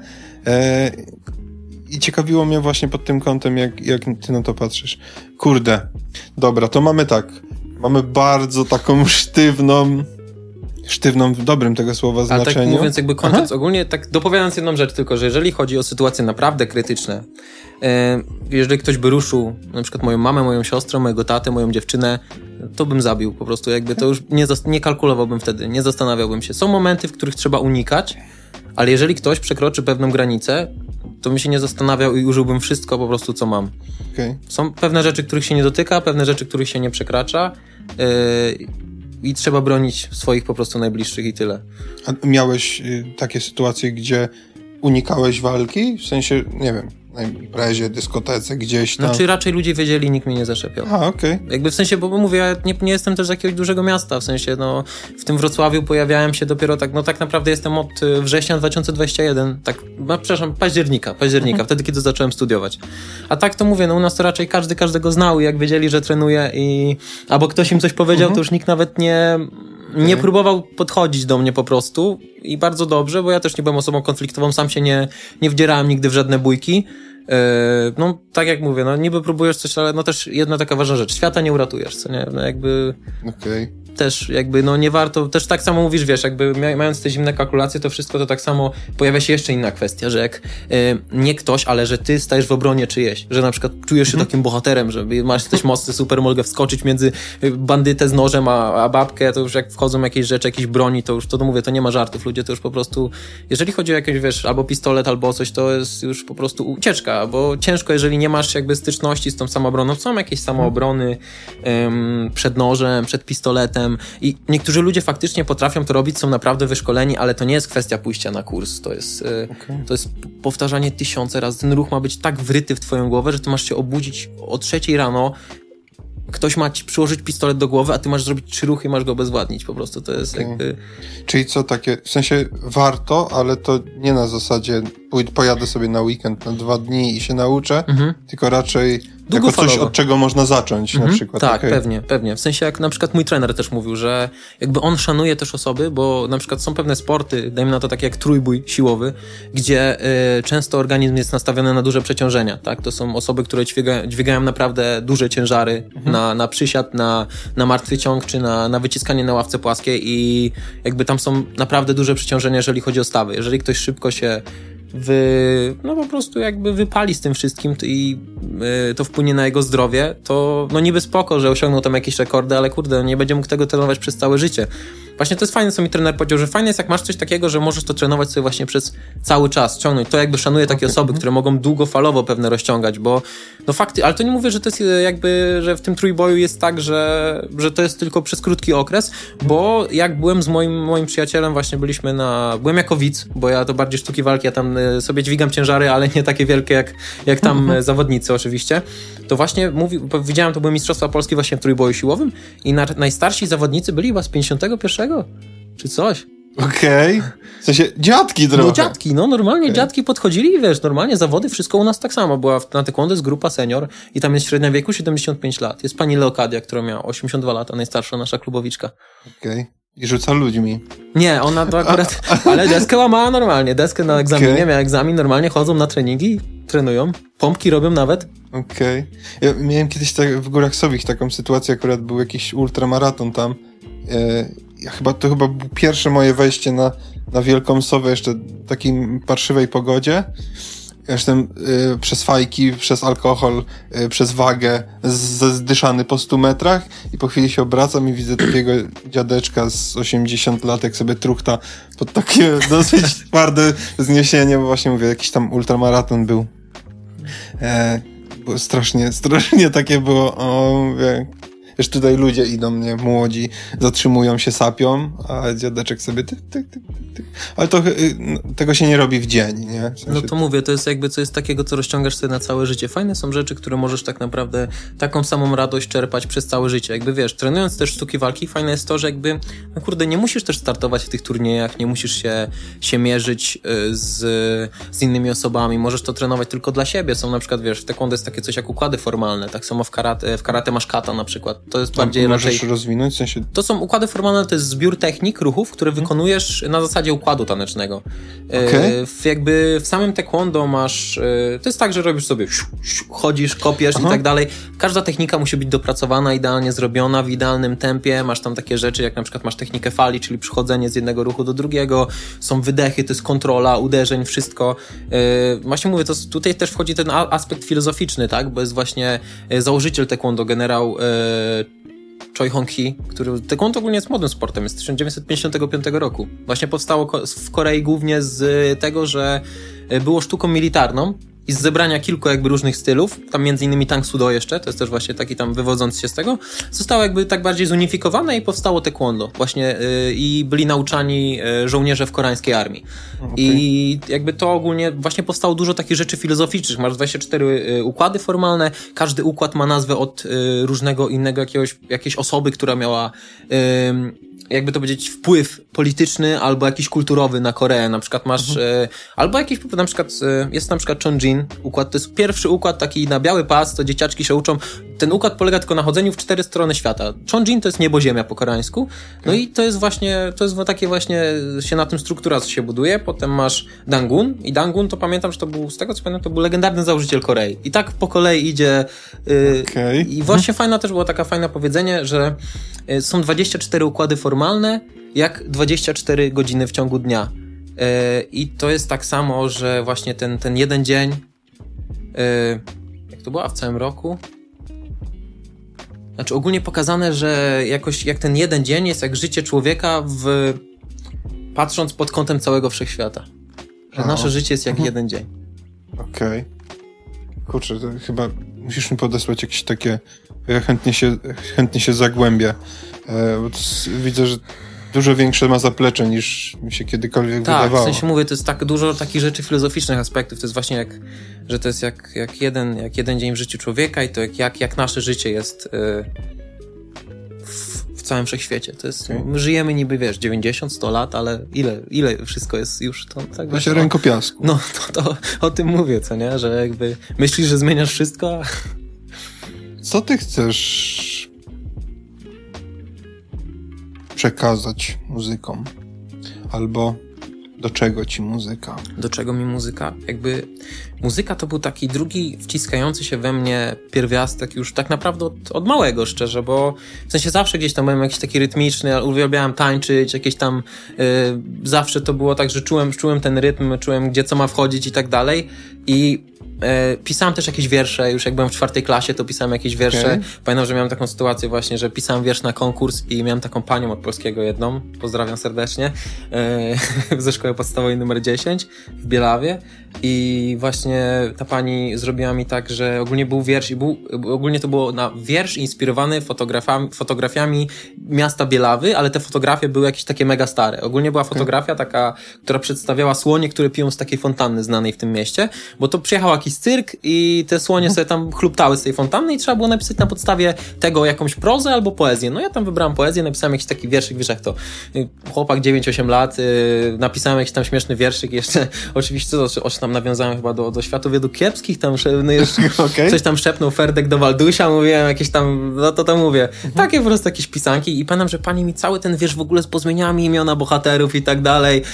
I ciekawiło mnie właśnie pod tym kątem, jak ty na to patrzysz. Kurde, dobra, to mamy bardzo taką sztywną w dobrym tego słowa znaczeniu. Ale tak mówiąc jakby kończąc ogólnie, tak dopowiadając jedną rzecz tylko, że jeżeli chodzi o sytuacje naprawdę krytyczne, jeżeli ktoś by ruszył na przykład moją mamę, moją siostrę, mojego tatę, moją dziewczynę, to bym zabił po prostu, jakby to już nie kalkulowałbym wtedy, nie zastanawiałbym się. Są momenty, w których trzeba unikać, ale jeżeli ktoś przekroczy pewną granicę, to bym się nie zastanawiał i użyłbym wszystko po prostu, co mam. Okay. Są pewne rzeczy, których się nie dotyka, pewne rzeczy, których się nie przekracza, i trzeba bronić swoich po prostu najbliższych i tyle. A miałeś takie sytuacje, gdzie unikałeś walki? W sensie, nie wiem, na imprezie, dyskotece, gdzieś tam? Znaczy raczej ludzie wiedzieli, nikt mnie nie zaczepiał. Okej. Jakby w sensie, bo mówię, ja nie jestem też z jakiegoś dużego miasta, w sensie, no, w tym Wrocławiu pojawiałem się dopiero tak naprawdę jestem od września 2021, października, wtedy, kiedy zacząłem studiować. A tak to mówię, no u nas to raczej każdego znał i jak wiedzieli, że trenuję albo ktoś im coś powiedział, to już nikt nawet nie próbował podchodzić do mnie po prostu i bardzo dobrze, bo ja też nie byłem osobą konfliktową, sam się nie wdzierałem nigdy w żadne bójki. No, tak jak mówię, no niby próbujesz coś, ale no też jedna taka ważna rzecz, świata nie uratujesz, co nie? No jakby... Też jakby, no nie warto, też tak samo mówisz, wiesz, jakby mając te zimne kalkulacje, to wszystko to tak samo pojawia się jeszcze inna kwestia, że jak nie ktoś, ale że ty stajesz w obronie czyjeś, że na przykład czujesz się takim bohaterem, że jesteś mocny, super, mogę wskoczyć między bandytę z nożem a babkę, to już jak wchodzą jakieś rzeczy, jakieś broni, to już to mówię, to nie ma żartów, ludzie to już po prostu, jeżeli chodzi o jakieś, wiesz, albo pistolet, albo coś, to jest już po prostu ucieczka, bo ciężko, jeżeli nie masz jakby styczności z tą samoobroną, są jakieś samoobrony przed nożem, przed pistoletem, i niektórzy ludzie faktycznie potrafią to robić, są naprawdę wyszkoleni, ale to nie jest kwestia pójścia na kurs, to jest powtarzanie 1000 razy, ten ruch ma być tak wryty w twoją głowę, że ty masz się obudzić o 3 rano, ktoś ma ci przyłożyć pistolet do głowy, a ty masz zrobić 3 ruchy i masz go obezwładnić, po prostu to jest jakby... Czyli co takie, w sensie warto, ale to nie na zasadzie pojadę sobie na weekend na 2 dni i się nauczę, tylko raczej jako coś, od czego można zacząć na przykład. Tak, pewnie. W sensie jak na przykład mój trener też mówił, że jakby on szanuje też osoby, bo na przykład są pewne sporty, dajmy na to takie jak trójbój siłowy, gdzie często organizm jest nastawiony na duże przeciążenia, tak? To są osoby, które dźwigają naprawdę duże ciężary na przysiad, na martwy ciąg, czy na wyciskanie na ławce płaskiej i jakby tam są naprawdę duże przeciążenia, jeżeli chodzi o stawy. Jeżeli ktoś szybko się no po prostu jakby wypali z tym wszystkim i to wpłynie na jego zdrowie, to no niby spoko, że osiągnął tam jakieś rekordy, ale kurde, nie będzie mógł tego trenować przez całe życie. Właśnie to jest fajne, co mi trener powiedział, że fajne jest, jak masz coś takiego, że możesz to trenować sobie właśnie przez cały czas, ciągnąć. To jakby szanuję takie osoby, które mogą długofalowo pewne rozciągać, bo no fakty, ale to nie mówię, że to jest jakby, że w tym trójboju jest tak, że to jest tylko przez krótki okres, bo jak byłem z moim przyjacielem, właśnie byłem jako widz, bo ja to bardziej sztuki walki, ja tam sobie dźwigam ciężary, ale nie takie wielkie jak tam zawodnicy oczywiście, to właśnie widziałem, to były Mistrzostwa Polski właśnie w trójboju siłowym i najstarsi zawodnicy byli chyba z 51 czy coś. Okej. W sensie dziadki trochę. No dziadki, normalnie dziadki podchodzili i wiesz, normalnie zawody, wszystko u nas tak samo. Była na taekwondo jest grupa senior i tam jest średnia wieku 75 lat. Jest pani Leokadia, która miała 82 lata, najstarsza nasza klubowiczka. Okej. I rzuca ludźmi. Nie, ona to akurat, ale deskę łamała normalnie, deskę na egzaminie, miała egzamin, normalnie chodzą na treningi, trenują, pompki robią nawet. Okej. Ja miałem kiedyś w Górach Sowich taką sytuację, akurat był jakiś ultramaraton tam. To chyba było pierwsze moje wejście na Wielką Sowę jeszcze w takiej parszywej pogodzie. Zresztą przez fajki, przez alkohol, przez wagę, zdyszany po 100 metrach i po chwili się obracam i widzę takiego dziadeczka z 80 lat, jak sobie truchta pod takie dosyć twarde zniesienie, bo właśnie mówię, jakiś tam ultramaraton był. Bo strasznie takie było, mówię, wiesz, tutaj ludzie idą, nie, młodzi, zatrzymują się, sapią, a dziadeczek sobie tyk. Ale to tego się nie robi w dzień, nie? W sensie... No to mówię, to jest jakby coś takiego, co rozciągasz sobie na całe życie. Fajne są rzeczy, które możesz tak naprawdę taką samą radość czerpać przez całe życie. Jakby wiesz, trenując też sztuki walki, fajne jest to, że jakby, no kurde, nie musisz też startować w tych turniejach, nie musisz się mierzyć z innymi osobami, możesz to trenować tylko dla siebie. Są na przykład, wiesz, w taekwondo jest takie coś jak układy formalne, tak samo w karate masz kata na przykład. To jest bardziej możesz raczej... rozwinąć, w sensie... To są układy formalne, to jest zbiór technik, ruchów, które wykonujesz na zasadzie układu tanecznego. Jakby w samym taekwondo masz... To jest tak, że robisz sobie chodzisz, kopiesz i tak dalej. Każda technika musi być dopracowana, idealnie zrobiona, w idealnym tempie. Masz tam takie rzeczy, jak na przykład masz technikę fali, czyli przychodzenie z jednego ruchu do drugiego. Są wydechy, to jest kontrola, uderzeń, wszystko. Właśnie mówię, to tutaj też wchodzi ten aspekt filozoficzny, tak? Bo jest właśnie założyciel taekwondo, generał Choi Hong-hee, który taekwondo ogólnie jest młodym sportem, jest z 1955 roku. Właśnie powstało w Korei głównie z tego, że było sztuką militarną i z zebrania kilku jakby różnych stylów, tam między innymi Tang Soo Do jeszcze, to jest też właśnie taki tam wywodzący się z tego, zostało jakby tak bardziej zunifikowane i powstało taekwondo właśnie i byli nauczani żołnierze w koreańskiej armii. Okay. I jakby to ogólnie właśnie powstało dużo takich rzeczy filozoficznych. Masz 24 układy formalne, każdy układ ma nazwę od różnego innego jakiejś osoby, która miała jakby to powiedzieć, wpływ polityczny albo jakiś kulturowy na Koreę. Na przykład masz, albo jakiś, na przykład, jest na przykład Chonjin układ, to jest pierwszy układ taki na biały pas, to dzieciaczki się uczą. Ten układ polega tylko na chodzeniu w 4 strony świata. Chonjin to jest niebo-ziemia po koreańsku. No i to jest takie właśnie, się na tym struktura się buduje. Potem masz Dangun i Dangun to pamiętam, że to był, z tego co pamiętam, to był legendarny założyciel Korei. I tak po kolei idzie. I właśnie fajna też było taka fajne powiedzenie, że są 24 układy formalne, jak 24 godziny w ciągu dnia. I to jest tak samo, że właśnie ten jeden dzień, jak to było, w całym roku? Znaczy ogólnie pokazane, że jakoś jak ten jeden dzień jest jak życie człowieka patrząc pod kątem całego wszechświata. Że nasze życie jest jak jeden dzień. Okej. Kurczę, to chyba musisz mi podesłać jakieś takie... Ja chętnie się zagłębię. Bo widzę, że dużo większe ma zaplecze niż mi się kiedykolwiek wydawało. Tak, w sensie mówię, to jest tak dużo takich rzeczy filozoficznych aspektów. To jest właśnie że to jest jak jeden dzień w życiu człowieka i to jak nasze życie jest w w całym wszechświecie. To jest, my żyjemy niby, wiesz, 90, 100 lat, ale ile wszystko jest już to tak to się rękopiasku. No, to o tym mówię, co nie? Że jakby myślisz, że zmieniasz wszystko, a... Co ty chcesz przekazać muzykom? Albo do czego ci muzyka? Do czego mi muzyka? Jakby muzyka to był taki drugi wciskający się we mnie pierwiastek już tak naprawdę od małego, szczerze, bo w sensie zawsze gdzieś tam byłem jakiś taki rytmiczny, uwielbiałem tańczyć, jakieś tam zawsze to było tak, że czułem ten rytm, czułem gdzie co ma wchodzić i tak dalej i pisałem też jakieś wiersze, już jak byłem w 4. klasie, to pisałem jakieś wiersze. Okay. Pamiętam, że miałem taką sytuację właśnie, że pisałem wiersz na konkurs i miałem taką panią od polskiego jedną, pozdrawiam serdecznie, ze szkoły podstawowej numer 10 w Bielawie i właśnie ta pani zrobiła mi tak, że ogólnie był wiersz i ogólnie to było na wiersz inspirowany fotografiami miasta Bielawy, ale te fotografie były jakieś takie mega stare. Ogólnie była fotografia taka, która przedstawiała słonie, które piją z takiej fontanny znanej w tym mieście, bo to przyjechał jakiś cyrk i te słonie sobie tam chluptały z tej fontanny i trzeba było napisać na podstawie tego jakąś prozę albo poezję. No ja tam wybrałem poezję, napisałem jakiś taki wierszyk, wiesz jak to, chłopak 9-8 lat, napisałem jakiś tam śmieszny wierszyk, jeszcze oczywiście tam nawiązałem chyba do światu według kiepskich, tam coś tam szepnął Ferdek do Waldusia, mówiłem jakieś tam, no to mówię. Takie po prostu jakieś pisanki i pamiętam, że pani mi cały ten wiersz w ogóle pozmieniała mi imiona bohaterów i tak dalej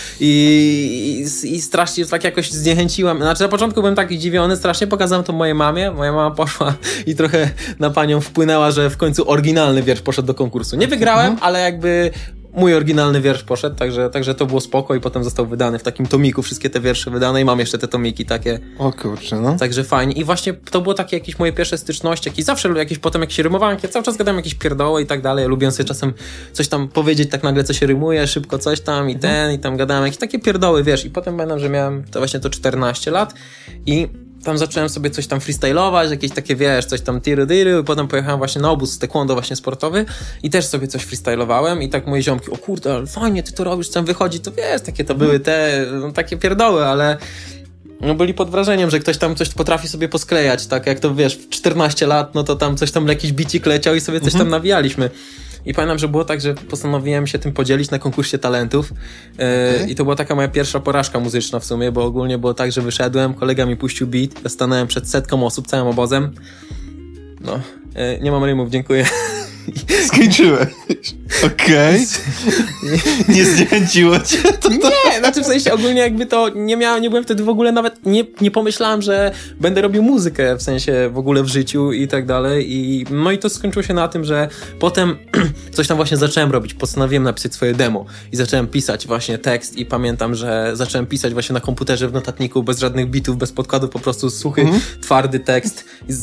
i strasznie tak jakoś zniechęciłam. Znaczy na początku byłem taki dziwiony, strasznie pokazałem to mojej mamie. Moja mama poszła i trochę na panią wpłynęła, że w końcu oryginalny wiersz poszedł do konkursu. Nie wygrałem, ale jakby mój oryginalny wiersz poszedł, także to było spoko i potem został wydany w takim tomiku, wszystkie te wiersze wydane i mam jeszcze te tomiki takie. O kurczę, no. Także fajnie. I właśnie to było takie jakieś moje pierwsze styczności, jakieś zawsze jakieś potem jak się rymowałem, ja cały czas gadałem jakieś pierdoły i tak dalej. Ja lubiłem sobie czasem coś tam powiedzieć tak nagle, co się rymuje, szybko coś tam i i tam gadałem jakieś takie pierdoły, wiesz. I potem pamiętam, że miałem to właśnie 14 lat i tam zacząłem sobie coś tam freestylować, jakieś takie, wiesz, coś tam tiry-diry i potem pojechałem właśnie na obóz taekwondo właśnie sportowy i też sobie coś freestylowałem i tak moje ziomki, o kurde, ale fajnie ty to robisz, tam wychodzi, to wiesz, takie to były te, no, takie pierdoły, ale no byli pod wrażeniem, że ktoś tam coś potrafi sobie posklejać, tak jak to, wiesz, w 14 lat, no to tam coś tam jakiś bicik leciał i sobie coś tam nawijaliśmy. I pamiętam, że było tak, że postanowiłem się tym podzielić na konkursie talentów i to była taka moja pierwsza porażka muzyczna w sumie, bo ogólnie było tak, że wyszedłem, kolega mi puścił beat, ja stanąłem przed setką osób, całym obozem. No, nie mam rymów, dziękuję. Skończyłem. Okej. Nie zniechęciło cię to? Nie, znaczy w sensie ogólnie jakby to nie byłem wtedy w ogóle nawet, nie pomyślałem, że będę robił muzykę w sensie w ogóle w życiu i tak dalej no i to skończyło się na tym, że potem coś tam właśnie zacząłem robić, postanowiłem napisać swoje demo i zacząłem pisać właśnie tekst i pamiętam, że zacząłem pisać właśnie na komputerze w notatniku, bez żadnych bitów, bez podkładów, po prostu suchy, twardy tekst.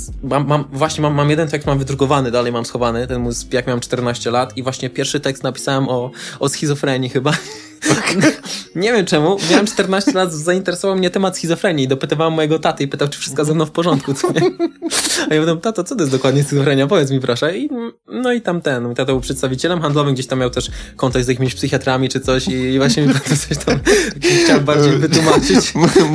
Mam jeden tekst, mam wydrukowany, dalej mam schowany, ten jak miałem 14 lat i właśnie pierwszy tekst napisałem o schizofrenii chyba. Okay. Nie wiem czemu, miałem 14 lat, zainteresował mnie temat schizofrenii i dopytywałem mojego taty i pytał, czy wszystko ze mną w porządku, co nie? A ja pytam, tato, co to jest dokładnie schizofrenia? Powiedz mi proszę. No i tam mój tata był przedstawicielem handlowym, gdzieś tam miał też kontakt z jakimiś psychiatrami czy coś i właśnie mi coś tam chciał bardziej wytłumaczyć.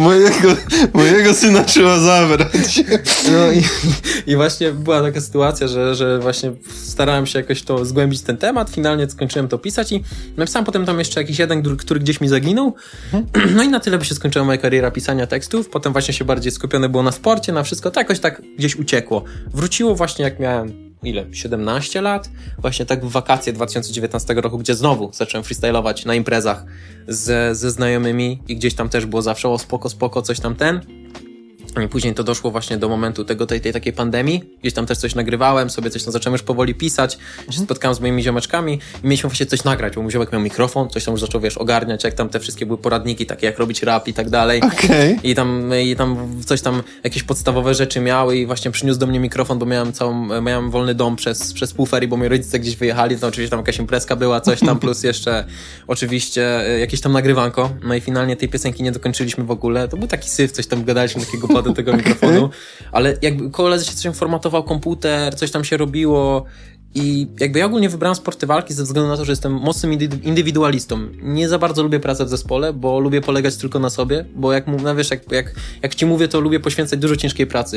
Mojego syna trzeba zabrać. No i właśnie była taka sytuacja, że właśnie starałem się jakoś to zgłębić ten temat, finalnie skończyłem to pisać i napisałem potem tam jeszcze jakiś jeden, który gdzieś mi zaginął. No i na tyle by się skończyła moja kariera pisania tekstów. Potem właśnie się bardziej skupione było na sporcie, na wszystko. To jakoś tak gdzieś uciekło. Wróciło właśnie jak miałem 17 lat? Właśnie tak w wakacje 2019 roku, gdzie znowu zacząłem freestylować na imprezach ze znajomymi i gdzieś tam też było zawsze spoko, coś tam I później to doszło właśnie do momentu tej takiej pandemii. Gdzieś tam też coś nagrywałem, sobie coś tam zacząłem już powoli pisać. Się spotkałem z moimi ziomeczkami i mieliśmy właśnie coś nagrać, bo mój ziomek miał mikrofon, coś tam już zaczął, wiesz, ogarniać, jak tam te wszystkie były poradniki, takie jak robić rap i tak dalej. Okay. I tam coś tam, jakieś podstawowe rzeczy miały i właśnie przyniósł do mnie mikrofon, bo miałem wolny dom przez pół ferii, bo moi rodzice gdzieś wyjechali, to oczywiście tam jakaś imprezka była, coś tam, plus jeszcze oczywiście jakieś tam nagrywanko. No i finalnie tej piosenki nie dokończyliśmy w ogóle. To był taki syf, coś tam gadaliśmy takiego do tego mikrofonu, ale jakby koledzy się coś formatował komputer, coś tam się robiło i jakby ja ogólnie wybrałem sporty walki ze względu na to, że jestem mocnym indywidualistą. Nie za bardzo lubię pracę w zespole, bo lubię polegać tylko na sobie, bo jak ci mówię, to lubię poświęcać dużo ciężkiej pracy.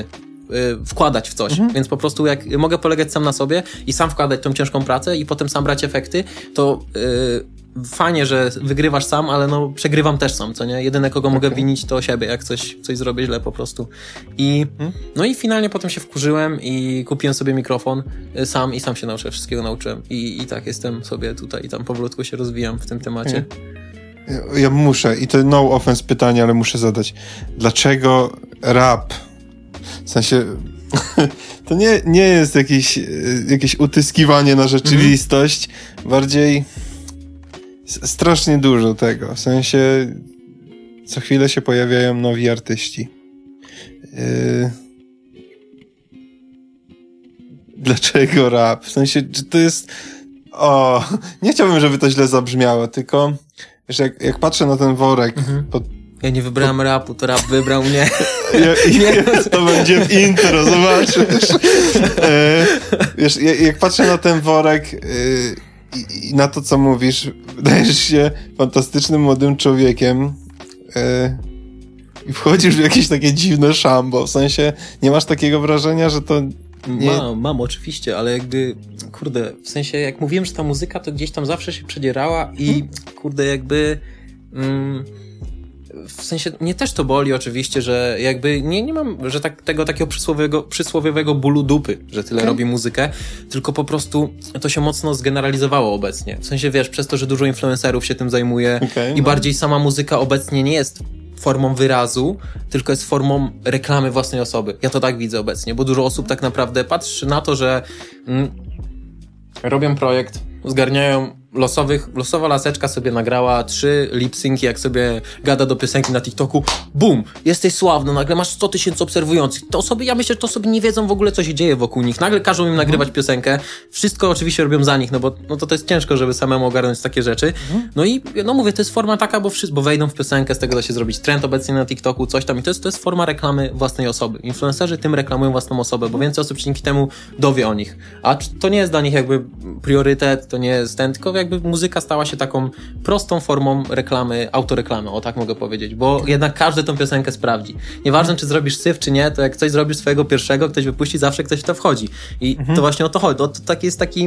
wkładać w coś, więc po prostu jak mogę polegać sam na sobie i sam wkładać tą ciężką pracę i potem sam brać efekty, to fajnie, że wygrywasz sam, ale no przegrywam też sam, co nie? Jedyne, kogo mogę winić, to siebie, jak coś zrobię źle po prostu. No i finalnie potem się wkurzyłem i kupiłem sobie mikrofon sam i sam się wszystkiego nauczyłem. I tak jestem sobie tutaj i tam powolutku się rozwijam w tym temacie. Ja muszę, i to no offense pytanie, ale muszę zadać. Dlaczego rap? W sensie, to nie jest jakieś utyskiwanie na rzeczywistość, bardziej strasznie dużo tego. W sensie, co chwilę się pojawiają nowi artyści. Dlaczego rap? W sensie, czy to jest... nie chciałbym, żeby to źle zabrzmiało, tylko wiesz, jak patrzę na ten worek... Ja nie wybrałem rapu, to rap wybrał mnie. To będzie w intro, zobaczysz. Wiesz, jak patrzę na ten worek i na to, co mówisz, wydajesz się fantastycznym młodym człowiekiem i wchodzisz w jakieś takie dziwne szambo. W sensie, nie masz takiego wrażenia, że to... Mam oczywiście, ale jakby, kurde, w sensie jak mówiłem, że ta muzyka to gdzieś tam zawsze się przedzierała i kurde jakby... w sensie, mnie też to boli oczywiście, że jakby nie mam, że tego takiego przysłowiowego bólu dupy, że tyle robi muzykę, tylko po prostu to się mocno zgeneralizowało obecnie. W sensie, wiesz, przez to, że dużo influencerów się tym zajmuje i bardziej sama muzyka obecnie nie jest formą wyrazu, tylko jest formą reklamy własnej osoby. Ja to tak widzę obecnie, bo dużo osób tak naprawdę patrzy na to, że robią projekt, zgarniają losowa laseczka sobie nagrała 3 lip-synki, jak sobie gada do piosenki na TikToku, bum, jesteś sławny, nagle masz 100 000 obserwujących. Ja myślę, że to osoby nie wiedzą w ogóle, co się dzieje wokół nich. Nagle każą im nagrywać piosenkę. Wszystko oczywiście robią za nich, no bo to jest ciężko, żeby samemu ogarnąć takie rzeczy. No i mówię, to jest forma taka, bo wejdą w piosenkę, z tego da się zrobić trend obecnie na TikToku, coś tam i to jest forma reklamy własnej osoby. Influencerzy tym reklamują własną osobę, bo więcej osób dzięki temu dowie o nich. A to nie jest dla nich jakby priorytet, to nie jest tylko jakby muzyka stała się taką prostą formą reklamy, autoreklamy, o tak mogę powiedzieć, bo jednak każdy tą piosenkę sprawdzi. Nieważne, czy zrobisz syf, czy nie, to jak coś zrobisz swojego pierwszego, ktoś wypuści, zawsze ktoś w to wchodzi. I to właśnie o to chodzi. To jest taki...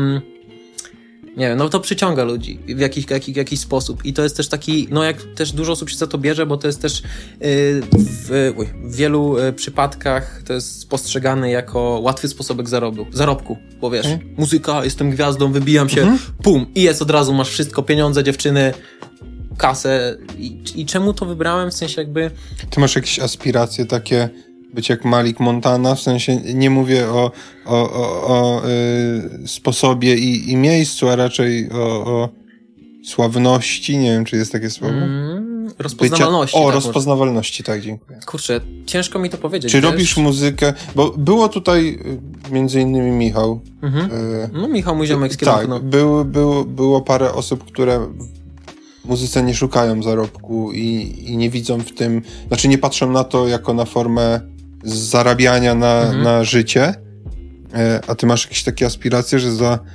nie wiem, no to przyciąga ludzi w jakiś sposób i to jest też taki, no jak też dużo osób się za to bierze, bo to jest też w wielu przypadkach to jest postrzegane jako łatwy sposobek zarobku, bo wiesz, muzyka, jestem gwiazdą, wybijam się, pum, i jest od razu, masz wszystko, pieniądze, dziewczyny, kasę i czemu to wybrałem, w sensie jakby... Ty masz jakieś aspiracje takie, być jak Malik Montana, w sensie nie mówię o sposobie i miejscu, a raczej o sławności, nie wiem, czy jest takie słowo. Rozpoznawalności. Rozpoznawalności, tak, dziękuję. Kurczę, ciężko mi to powiedzieć. Czy robisz muzykę, bo było tutaj między innymi Michał. No Michał, mój ziomek z kierunku. Tak, było parę osób, które w muzyce nie szukają zarobku i nie widzą w tym, znaczy nie patrzą na to jako na formę zarabiania na życie, a ty masz jakieś takie aspiracje, że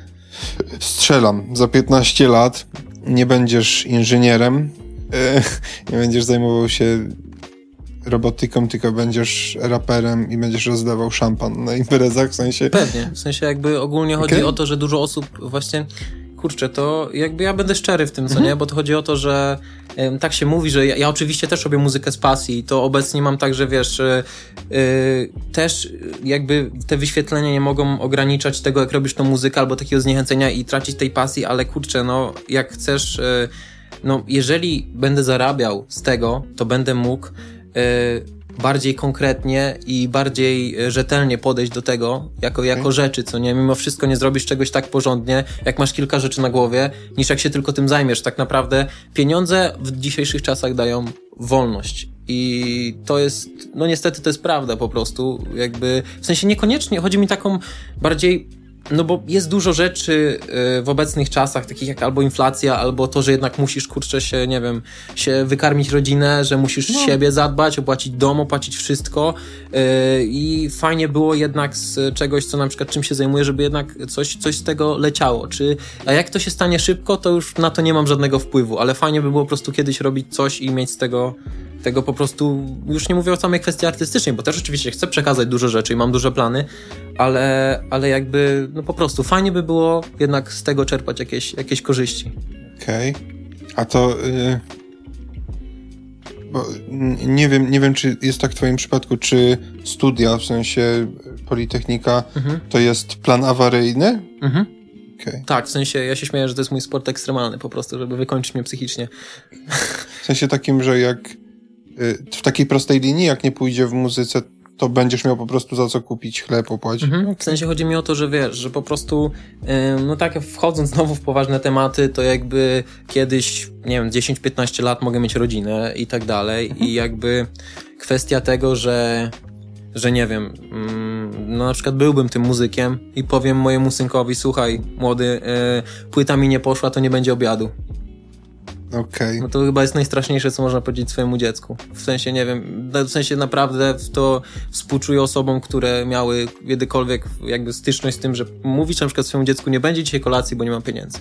za 15 lat nie będziesz inżynierem, nie będziesz zajmował się robotyką, tylko będziesz raperem i będziesz rozdawał szampan na imprezach, w sensie... Pewnie, w sensie jakby ogólnie chodzi o to, że dużo osób właśnie... Kurczę, to jakby ja będę szczery w tym, co nie? Bo to chodzi o to, że tak się mówi, że ja oczywiście też robię muzykę z pasji. To obecnie mam tak, że wiesz, też jakby te wyświetlenia nie mogą ograniczać tego, jak robisz tą muzykę albo takiego zniechęcenia i tracić tej pasji, ale kurczę, no jak chcesz, no jeżeli będę zarabiał z tego, to będę mógł bardziej konkretnie i bardziej rzetelnie podejść do tego, jako rzeczy, co nie? Mimo wszystko nie zrobisz czegoś tak porządnie, jak masz kilka rzeczy na głowie, niż jak się tylko tym zajmiesz. Tak naprawdę pieniądze w dzisiejszych czasach dają wolność. I to jest, no niestety to jest prawda po prostu, jakby, w sensie niekoniecznie, chodzi mi taką bardziej no bo jest dużo rzeczy w obecnych czasach, takich jak albo inflacja, albo to, że jednak musisz, kurczę, się, nie wiem, się wykarmić rodzinę, że musisz siebie zadbać, opłacić dom, opłacić wszystko i fajnie było jednak z czegoś, co na przykład czym się zajmuję, żeby jednak coś z tego leciało. A jak to się stanie szybko, to już na to nie mam żadnego wpływu, ale fajnie by było po prostu kiedyś robić coś i mieć z tego po prostu, już nie mówię o samej kwestii artystycznej, bo też oczywiście chcę przekazać dużo rzeczy i mam duże plany, ale jakby, no po prostu fajnie by było jednak z tego czerpać jakieś korzyści. Okej. A to bo nie wiem, czy jest tak w twoim przypadku, czy studia, w sensie Politechnika, to jest plan awaryjny? Okay. Tak, w sensie ja się śmieję, że to jest mój sport ekstremalny po prostu, żeby wykończyć mnie psychicznie. W sensie takim, że jak w takiej prostej linii, jak nie pójdzie w muzyce, to będziesz miał po prostu za co kupić chleb, opłacić. W sensie chodzi mi o to, że wiesz, że po prostu no tak wchodząc znowu w poważne tematy, to jakby kiedyś, nie wiem, 10-15 lat mogę mieć rodzinę i tak dalej i jakby kwestia tego, że nie wiem, no na przykład byłbym tym muzykiem i powiem mojemu synkowi, słuchaj, młody, płyta mi nie poszła, to nie będzie obiadu. Okej. No to chyba jest najstraszniejsze, co można powiedzieć swojemu dziecku. W sensie, nie wiem, w sensie naprawdę to współczuję osobom, które miały kiedykolwiek jakby styczność z tym, że mówić na przykład swojemu dziecku, nie będzie dzisiaj kolacji, bo nie mam pieniędzy.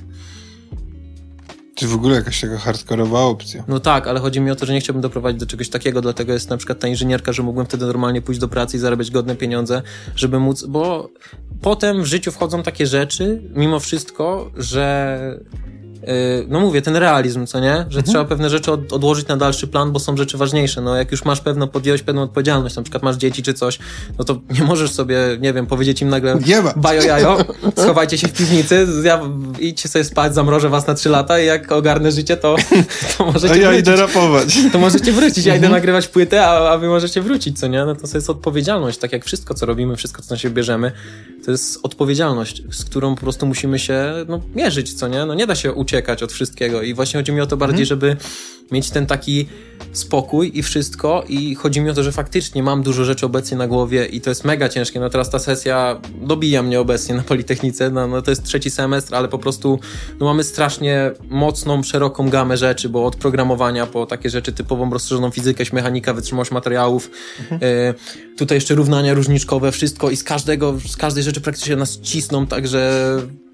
To w ogóle jakaś taka hardkorowa opcja. No tak, ale chodzi mi o to, że nie chciałbym doprowadzić do czegoś takiego, dlatego jest na przykład ta inżynierka, że mógłbym wtedy normalnie pójść do pracy i zarabiać godne pieniądze, żeby móc, bo potem w życiu wchodzą takie rzeczy, mimo wszystko, że no mówię, ten realizm, co nie? Że trzeba pewne rzeczy odłożyć na dalszy plan, bo są rzeczy ważniejsze. No jak już masz podjąłeś pewną odpowiedzialność, na przykład masz dzieci czy coś, no to nie możesz sobie, nie wiem, powiedzieć im nagle bajo jajo, schowajcie się w piwnicy, idźcie sobie spać, zamrożę was na 3 lata i jak ogarnę życie, to możecie wrócić. Ja idę rapować. To możecie wrócić, ja idę nagrywać płytę, a wy możecie wrócić, co nie? No to jest odpowiedzialność, tak jak wszystko, co robimy, wszystko, co na siebie bierzemy, to jest odpowiedzialność, z którą po prostu musimy się, no, mierzyć, co nie? No nie da się uciekać od wszystkiego i właśnie chodzi mi o to bardziej, żeby mieć ten taki spokój i wszystko i chodzi mi o to, że faktycznie mam dużo rzeczy obecnie na głowie i to jest mega ciężkie, no teraz ta sesja dobija mnie obecnie na Politechnice, no to jest 3. semestr, ale po prostu no mamy strasznie mocną, szeroką gamę rzeczy, bo od programowania po takie rzeczy typową rozszerzoną fizykę, mechanika, wytrzymałość materiałów, tutaj jeszcze równania różniczkowe, wszystko i z każdej rzeczy praktycznie nas cisną, także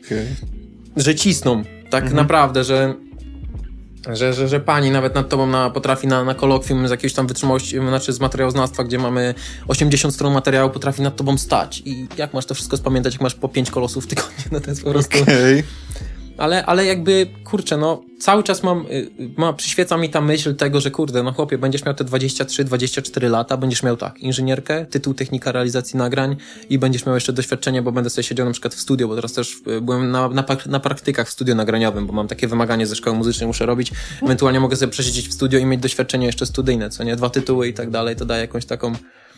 że cisną, tak naprawdę, że pani nawet nad tobą potrafi na kolokwium z jakiejś tam wytrzymałości, znaczy z materiałoznawstwa, gdzie mamy 80 stron materiału, potrafi nad tobą stać. I jak masz to wszystko spamiętać, jak masz po 5 kolosów w tygodniu, no to jest po prostu... Ale jakby, kurczę, no cały czas przyświeca mi ta myśl tego, że kurde, no chłopie, będziesz miał te 23-24 lata, będziesz miał tak, inżynierkę, tytuł technika realizacji nagrań i będziesz miał jeszcze doświadczenie, bo będę sobie siedział na przykład w studio, bo teraz też byłem na praktykach w studiu nagraniowym, bo mam takie wymaganie ze szkoły muzycznej, muszę robić, ewentualnie mogę sobie przesiedzieć w studio i mieć doświadczenie jeszcze studyjne, co nie, 2 tytuły i tak dalej, to daje jakąś taką...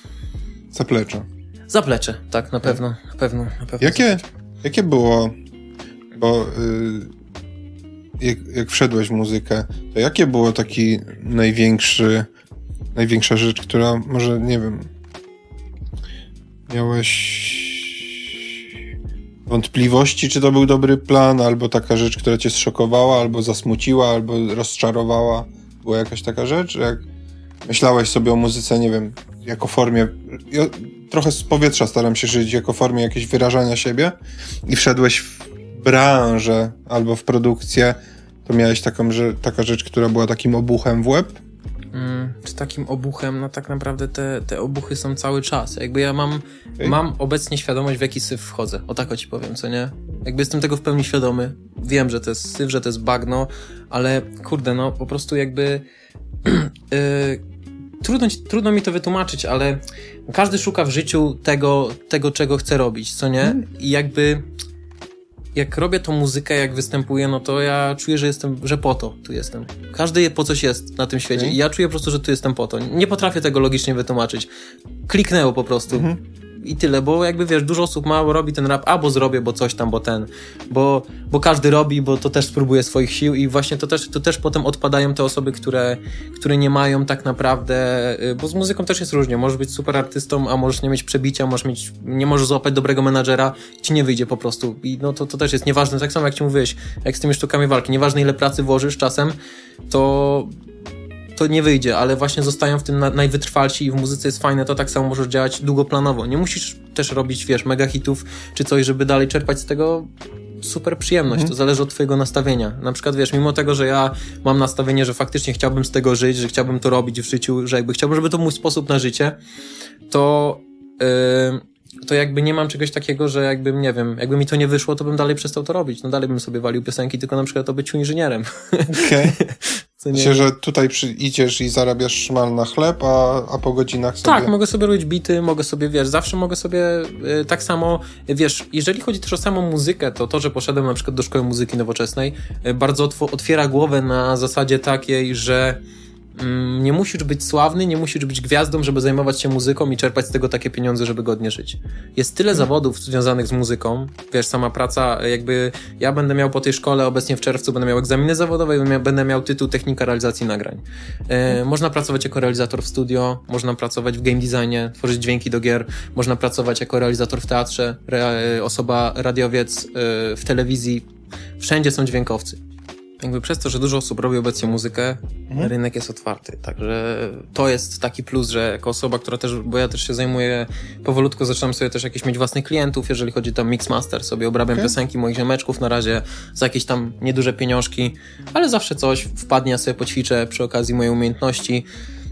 Zaplecze, tak, na pewno. Jakie było... Bo jak wszedłeś w muzykę, to jakie było taki największa rzecz, która może, nie wiem, miałeś wątpliwości, czy to był dobry plan, albo taka rzecz, która cię zszokowała, albo zasmuciła, albo rozczarowała? Była jakaś taka rzecz, jak myślałeś sobie o muzyce, nie wiem, jako formie... Ja trochę z powietrza staram się żyć, jako formie jakiegoś wyrażania siebie i wszedłeś w branżę albo w produkcję, to miałeś taka rzecz, która była takim obuchem w łeb? Czy takim obuchem? No tak naprawdę te obuchy są cały czas. Jakby ja mam obecnie świadomość, w jaki syf wchodzę. O tak ci powiem, co nie? Jakby jestem tego w pełni świadomy. Wiem, że to jest syf, że to jest bagno, ale kurde, no po prostu jakby... Trudno mi to wytłumaczyć, ale każdy szuka w życiu tego czego chce robić, co nie? I jakby... Jak robię tą muzykę, jak występuję, no to ja czuję, że po to tu jestem. Każdy po coś jest na tym świecie i ja czuję po prostu, że tu jestem po to. Nie potrafię tego logicznie wytłumaczyć. Kliknęło po prostu. i tyle, bo jakby wiesz, dużo osób mało robi ten rap, bo zrobię, bo coś tam, bo każdy robi, bo to też spróbuje swoich sił i właśnie to też potem odpadają te osoby, które nie mają tak naprawdę, bo z muzyką też jest różnie, możesz być super artystą, a możesz nie mieć przebicia, nie możesz złapać dobrego menadżera, ci nie wyjdzie po prostu i no to też jest nieważne, tak samo jak ci mówiłeś, jak z tymi sztukami walki, nieważne ile pracy włożysz czasem, to nie wyjdzie, ale właśnie zostają w tym najwytrwalsi i w muzyce jest fajne, to tak samo możesz działać długoplanowo. Nie musisz też robić, wiesz, mega hitów czy coś, żeby dalej czerpać z tego super przyjemność. To zależy od twojego nastawienia. Na przykład, wiesz, mimo tego, że ja mam nastawienie, że faktycznie chciałbym z tego żyć, że chciałbym to robić w życiu, że jakby chciałbym, żeby to był mój sposób na życie, to jakby nie mam czegoś takiego, że jakbym, nie wiem, jakby mi to nie wyszło, to bym dalej przestał to robić. No dalej bym sobie walił piosenki, tylko na przykład to być inżynierem. Okej. Myślę, że tutaj idziesz i zarabiasz szmal na chleb, a po godzinach sobie... Tak, mogę sobie robić bity, mogę sobie, wiesz, zawsze mogę sobie tak samo, wiesz, jeżeli chodzi też o samą muzykę, to, że poszedłem na przykład do szkoły muzyki nowoczesnej, bardzo otwiera głowę na zasadzie takiej, że nie musisz być sławny, nie musisz być gwiazdą, żeby zajmować się muzyką i czerpać z tego takie pieniądze, żeby godnie żyć. Jest tyle zawodów związanych z muzyką, wiesz, sama praca, jakby ja będę miał po tej szkole, obecnie w czerwcu będę miał egzaminy zawodowe i będę miał tytuł Technika realizacji nagrań. Można pracować jako realizator w studio, można pracować w game designie, tworzyć dźwięki do gier, można pracować jako realizator w teatrze, osoba, radiowiec, w telewizji, wszędzie są dźwiękowcy. Jakby przez to, że dużo osób robi obecnie muzykę, rynek jest otwarty. Także to jest taki plus, że jako osoba, która też, bo ja też się zajmuję, powolutku zaczynam sobie też jakieś mieć własnych klientów, jeżeli chodzi tam mixmaster, sobie obrabiam piosenki moich ziomeczków na razie za jakieś tam nieduże pieniążki, ale zawsze coś wpadnie, ja sobie poćwiczę przy okazji mojej umiejętności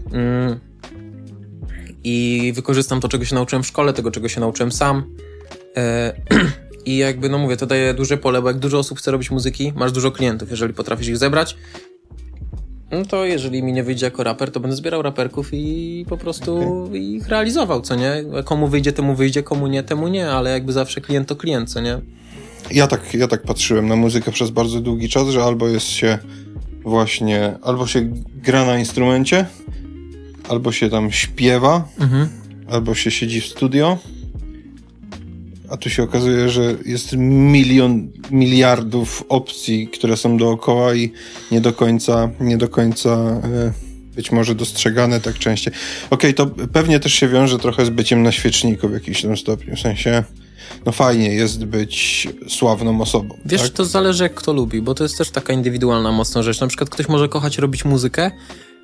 i wykorzystam to, czego się nauczyłem w szkole, tego, czego się nauczyłem sam. I jakby, no mówię, to daje duże pole, bo jak dużo osób chce robić muzyki, masz dużo klientów, jeżeli potrafisz ich zebrać, no to jeżeli mi nie wyjdzie jako raper, to będę zbierał raperków i po prostu ich realizował, co nie? Komu wyjdzie, temu wyjdzie, komu nie, temu nie, ale jakby zawsze klient to klient, co nie? Ja tak patrzyłem na muzykę przez bardzo długi czas, że albo się gra na instrumencie, albo się tam śpiewa, albo się siedzi w studio. A tu się okazuje, że jest miliardów opcji, które są dookoła i nie do końca być może dostrzegane tak częściej. Okej, to pewnie też się wiąże trochę z byciem na świeczniku w jakimś tam stopniu. W sensie, no fajnie jest być sławną osobą. Wiesz, tak? To zależy jak kto lubi, bo to jest też taka indywidualna mocna rzecz. Na przykład ktoś może kochać robić muzykę,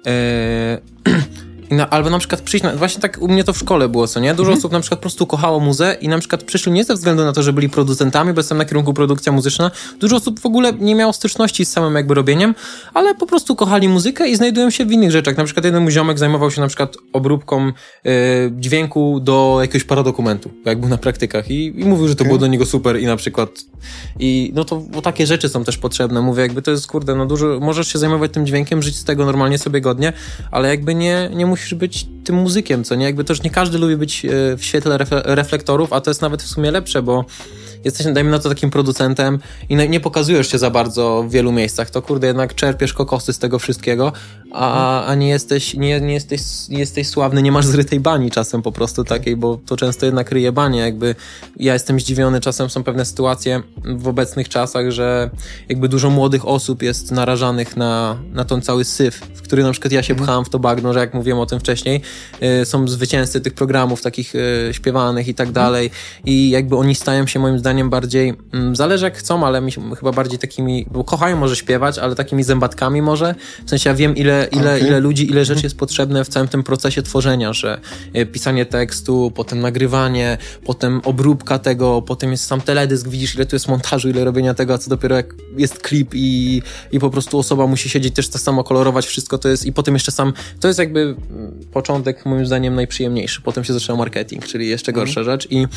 albo na przykład przyjść, właśnie tak u mnie to w szkole było, co nie? Dużo osób na przykład po prostu kochało muzę i na przykład przyszli nie ze względu na to, że byli producentami, bo jestem na kierunku produkcja muzyczna. Dużo osób w ogóle nie miało styczności z samym jakby robieniem, ale po prostu kochali muzykę i znajdują się w innych rzeczach. Na przykład jeden mój ziomek zajmował się na przykład obróbką dźwięku do jakiegoś paradokumentu, jak był na praktykach i mówił, że to było do niego super i na przykład no to bo takie rzeczy są też potrzebne. Mówię, jakby to jest kurde, no dużo, możesz się zajmować tym dźwiękiem, żyć z tego normalnie sobie godnie, ale jakby nie musisz być tym muzykiem, co nie? Jakby też nie każdy lubi być w świetle reflektorów, a to jest nawet w sumie lepsze, bo jesteś, dajmy na to, takim producentem i nie pokazujesz się za bardzo w wielu miejscach, to kurde, jednak czerpiesz kokosy z tego wszystkiego, a nie jesteś sławny, nie masz zrytej bani czasem po prostu takiej, bo to często jednak ryje banie, jakby ja jestem zdziwiony, czasem są pewne sytuacje w obecnych czasach, że jakby dużo młodych osób jest narażanych na ten cały syf, w który na przykład ja się pchałem w to bagno, że jak mówiłem o tym wcześniej, są zwycięzcy tych programów takich śpiewanych i tak dalej i jakby oni stają się moim zdaniem bardziej, zależy jak chcą, ale mi chyba bardziej takimi, bo kochają może śpiewać, ale takimi zębatkami może, w sensie ja wiem ile ludzi, ile rzeczy jest potrzebne w całym tym procesie tworzenia, że pisanie tekstu, potem nagrywanie, potem obróbka tego, potem jest sam teledysk, widzisz ile tu jest montażu, ile robienia tego, a co dopiero jak jest klip i po prostu osoba musi siedzieć też tak samo kolorować wszystko, to jest i potem jeszcze to jest jakby początek moim zdaniem najprzyjemniejszy, potem się zaczyna marketing, czyli jeszcze gorsza rzecz i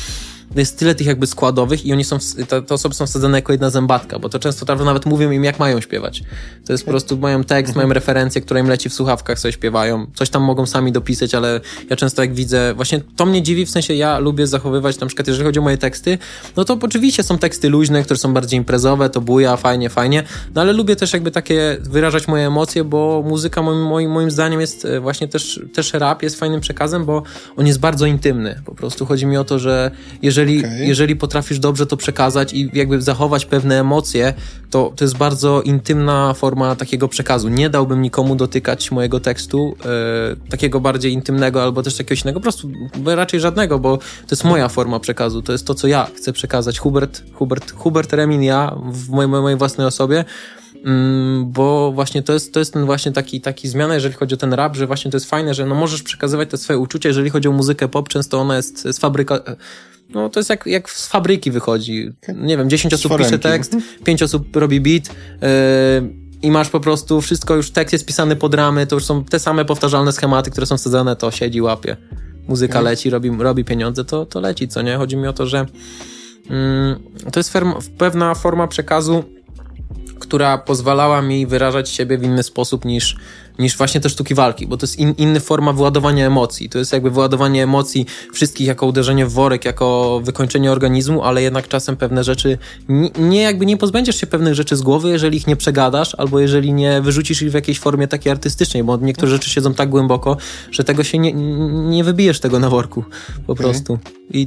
jest tyle tych jakby składowych i oni są, te osoby są wsadzone jako jedna zębatka, bo to często nawet mówią im, jak mają śpiewać. To jest po prostu, mają tekst, mają referencję, która im leci w słuchawkach, sobie śpiewają. Coś tam mogą sami dopisać, ale ja często jak widzę, właśnie to mnie dziwi, w sensie ja lubię zachowywać, na przykład jeżeli chodzi o moje teksty, no to oczywiście są teksty luźne, które są bardziej imprezowe, to buja, fajnie, no ale lubię też jakby takie wyrażać moje emocje, bo muzyka moim zdaniem jest właśnie też rap jest fajnym przekazem, bo on jest bardzo intymny. Po prostu chodzi mi o to, że jeżeli potrafisz dobrze to przekazać i jakby zachować pewne emocje, to jest bardzo intymna forma takiego przekazu. Nie dałbym nikomu dotykać mojego tekstu, takiego bardziej intymnego albo też jakiegoś innego, po prostu raczej żadnego, bo to jest moja forma przekazu, to jest to, co ja chcę przekazać. Hubert Remin, ja w mojej własnej osobie, bo właśnie to jest ten właśnie taki zmiana, jeżeli chodzi o ten rap, że właśnie to jest fajne, że no możesz przekazywać te swoje uczucia, jeżeli chodzi o muzykę pop, często ona jest z fabryka, no to jest jak z fabryki wychodzi, nie wiem, 10 osób pisze tekst, 5 osób robi beat, i masz po prostu wszystko, już tekst jest pisany pod ramy, to już są te same powtarzalne schematy, które są wsadzone, to siedzi, łapie. Muzyka leci, robi pieniądze, to leci, co nie? Chodzi mi o to, że to jest pewna forma przekazu, która pozwalała mi wyrażać siebie w inny sposób niż właśnie te sztuki walki, bo to jest inna forma wyładowania emocji. To jest jakby wyładowanie emocji wszystkich jako uderzenie w worek, jako wykończenie organizmu, ale jednak czasem pewne rzeczy nie pozbędziesz się pewnych rzeczy z głowy, jeżeli ich nie przegadasz, albo jeżeli nie wyrzucisz ich w jakiejś formie takiej artystycznej, bo niektóre rzeczy siedzą tak głęboko, że tego się nie wybijesz tego na worku po prostu. I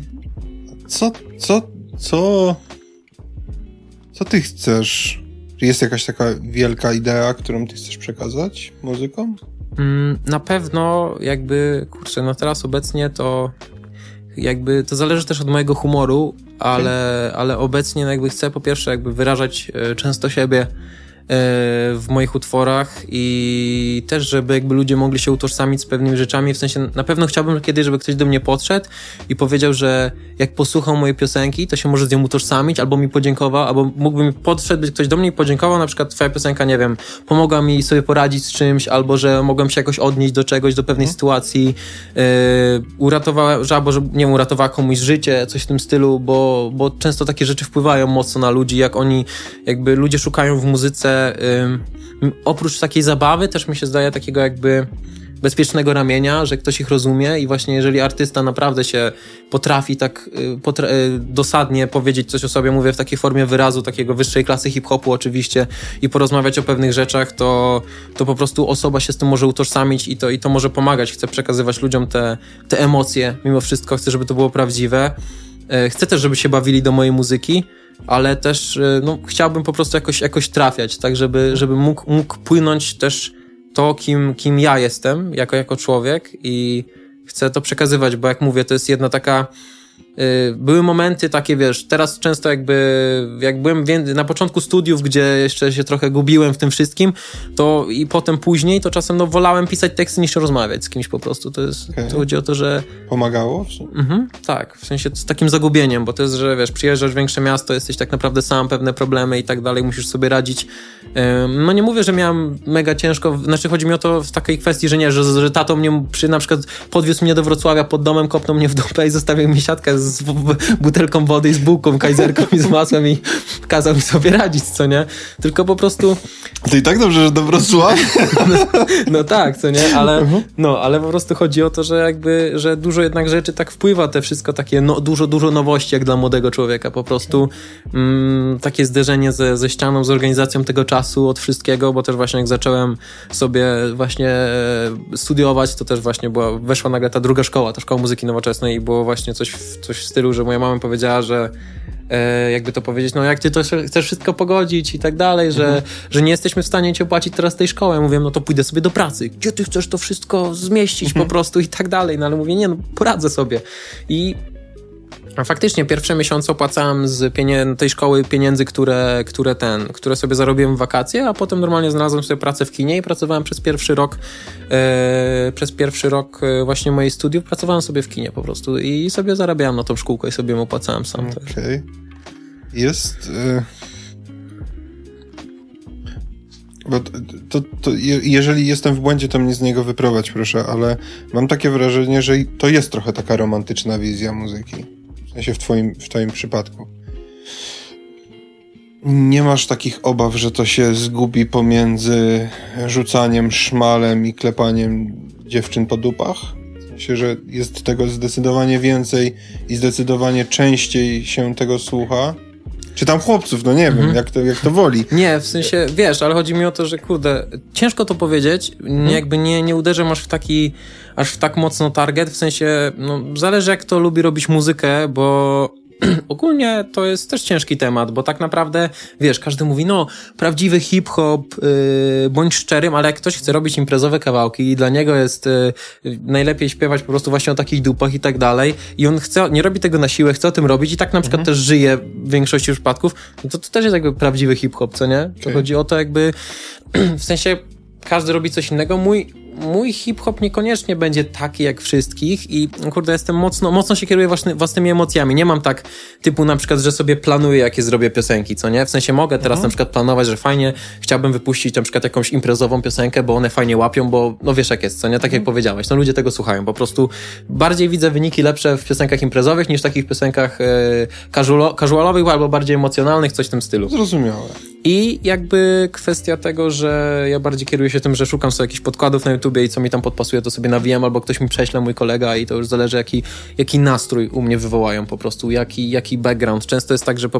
Co ty chcesz? Jest jakaś taka wielka idea, którą ty chcesz przekazać muzyką? Na pewno jakby, kurczę, no teraz obecnie to jakby, to zależy też od mojego humoru, ale obecnie jakby chcę po pierwsze jakby wyrażać często siebie w moich utworach i też, żeby jakby ludzie mogli się utożsamić z pewnymi rzeczami, w sensie na pewno chciałbym kiedyś, żeby ktoś do mnie podszedł i powiedział, że jak posłuchał mojej piosenki, to się może z nią utożsamić, albo mi podziękował, albo mógłby mi podszedł ktoś do mnie i podziękował, na przykład twoja piosenka, nie wiem, pomogła mi sobie poradzić z czymś, albo że mogłem się jakoś odnieść do czegoś, do pewnej sytuacji, uratowała komuś życie, coś w tym stylu, bo często takie rzeczy wpływają mocno na ludzi, jak oni, jakby ludzie szukają w muzyce oprócz takiej zabawy też mi się zdaje takiego jakby bezpiecznego ramienia, że ktoś ich rozumie i właśnie jeżeli artysta naprawdę się potrafi tak dosadnie powiedzieć coś o sobie, mówię w takiej formie wyrazu, takiego wyższej klasy hip-hopu oczywiście i porozmawiać o pewnych rzeczach, to po prostu osoba się z tym może utożsamić i to może pomagać. Chcę przekazywać ludziom te emocje, mimo wszystko chcę, żeby to było prawdziwe. Chcę też, żeby się bawili do mojej muzyki, ale też chciałbym po prostu jakoś trafiać, tak, żeby mógł płynąć też to, kim ja jestem jako człowiek i chcę to przekazywać, bo jak mówię, to jest jedna taka były momenty takie, wiesz, teraz często jak byłem na początku studiów, gdzie jeszcze się trochę gubiłem w tym wszystkim, to i potem później, to czasem wolałem pisać teksty niż rozmawiać z kimś po prostu. To chodzi o to, że... Pomagało? Tak, w sensie z takim zagubieniem, bo to jest, że wiesz, przyjeżdżasz w większe miasto, jesteś tak naprawdę sam, pewne problemy i tak dalej, musisz sobie radzić. No nie mówię, że miałem mega ciężko, znaczy chodzi mi o to w takiej kwestii, że nie, że tato mnie na przykład podwiózł mnie do Wrocławia pod domem, kopnął mnie w dupę i zostawił mi siatkę z butelką wody i z bułką, kajzerką i z masłem i kazał mi sobie radzić, co nie? Tylko po prostu... To i tak dobrze, że do Wrocławia. No tak, co nie? Ale po prostu chodzi o to, że że dużo jednak rzeczy tak wpływa, te wszystko takie, dużo nowości jak dla młodego człowieka, po prostu takie zderzenie ze ścianą, z organizacją tego czasu, od wszystkiego, bo też właśnie jak zacząłem sobie właśnie studiować, to też właśnie weszła nagle ta druga szkoła, ta szkoła muzyki nowoczesnej i było właśnie coś w stylu, że moja mama powiedziała, że jakby to powiedzieć, jak ty to chcesz wszystko pogodzić i tak dalej, że nie jesteśmy w stanie ci opłacić teraz tej szkoły. Ja mówię, to pójdę sobie do pracy. Gdzie ty chcesz to wszystko zmieścić po prostu i tak dalej. No ale mówię, poradzę sobie. A faktycznie pierwsze miesiące opłacałem z tej szkoły pieniędzy, które sobie zarobiłem w wakacje, a potem normalnie znalazłem sobie pracę w kinie i pracowałem przez pierwszy rok właśnie mojej studiów, pracowałem sobie w kinie po prostu i sobie zarabiałem na tą szkółkę i sobie ją opłacałem sam. Okej. Jest... Bo jeżeli jestem w błędzie, to mnie z niego wyprowadź, proszę, ale mam takie wrażenie, że to jest trochę taka romantyczna wizja muzyki. W sensie w twoim przypadku. Nie masz takich obaw, że to się zgubi pomiędzy rzucaniem szmalem i klepaniem dziewczyn po dupach? W sensie, że jest tego zdecydowanie więcej i zdecydowanie częściej się tego słucha? Czy tam chłopców, no nie wiem, jak to woli. Nie, w sensie, wiesz, ale chodzi mi o to, że kurde, ciężko to powiedzieć, jakby nie uderzam aż w tak mocno target, w sensie, no zależy jak to lubi robić muzykę, bo ogólnie to jest też ciężki temat, bo tak naprawdę, wiesz, każdy mówi, no, prawdziwy hip-hop, bądź szczerym, ale jak ktoś chce robić imprezowe kawałki i dla niego jest najlepiej śpiewać po prostu właśnie o takich dupach i tak dalej i on nie robi tego na siłę, chce o tym robić i tak na przykład też żyje w większości przypadków, to też jest jakby prawdziwy hip-hop, co nie? To chodzi o to jakby, w sensie każdy robi coś innego. Mój hip-hop niekoniecznie będzie taki jak wszystkich i kurde, jestem mocno się kieruję własnymi emocjami. Nie mam tak typu na przykład, że sobie planuję, jakie zrobię piosenki, co nie? W sensie mogę teraz na przykład planować, że fajnie chciałbym wypuścić na przykład jakąś imprezową piosenkę, bo one fajnie łapią, bo no wiesz jak jest, co nie? Tak jak powiedziałeś, no ludzie tego słuchają. Po prostu bardziej widzę wyniki lepsze w piosenkach imprezowych niż w takich piosenkach casualowych albo bardziej emocjonalnych, coś w tym stylu. Zrozumiałe. I jakby kwestia tego, że ja bardziej kieruję się tym, że szukam sobie jakichś podkładów na YouTubie i co mi tam podpasuje, to sobie nawijam, albo ktoś mi prześle, mój kolega i to już zależy jaki nastrój u mnie wywołają po prostu, jaki background. Często jest tak, że po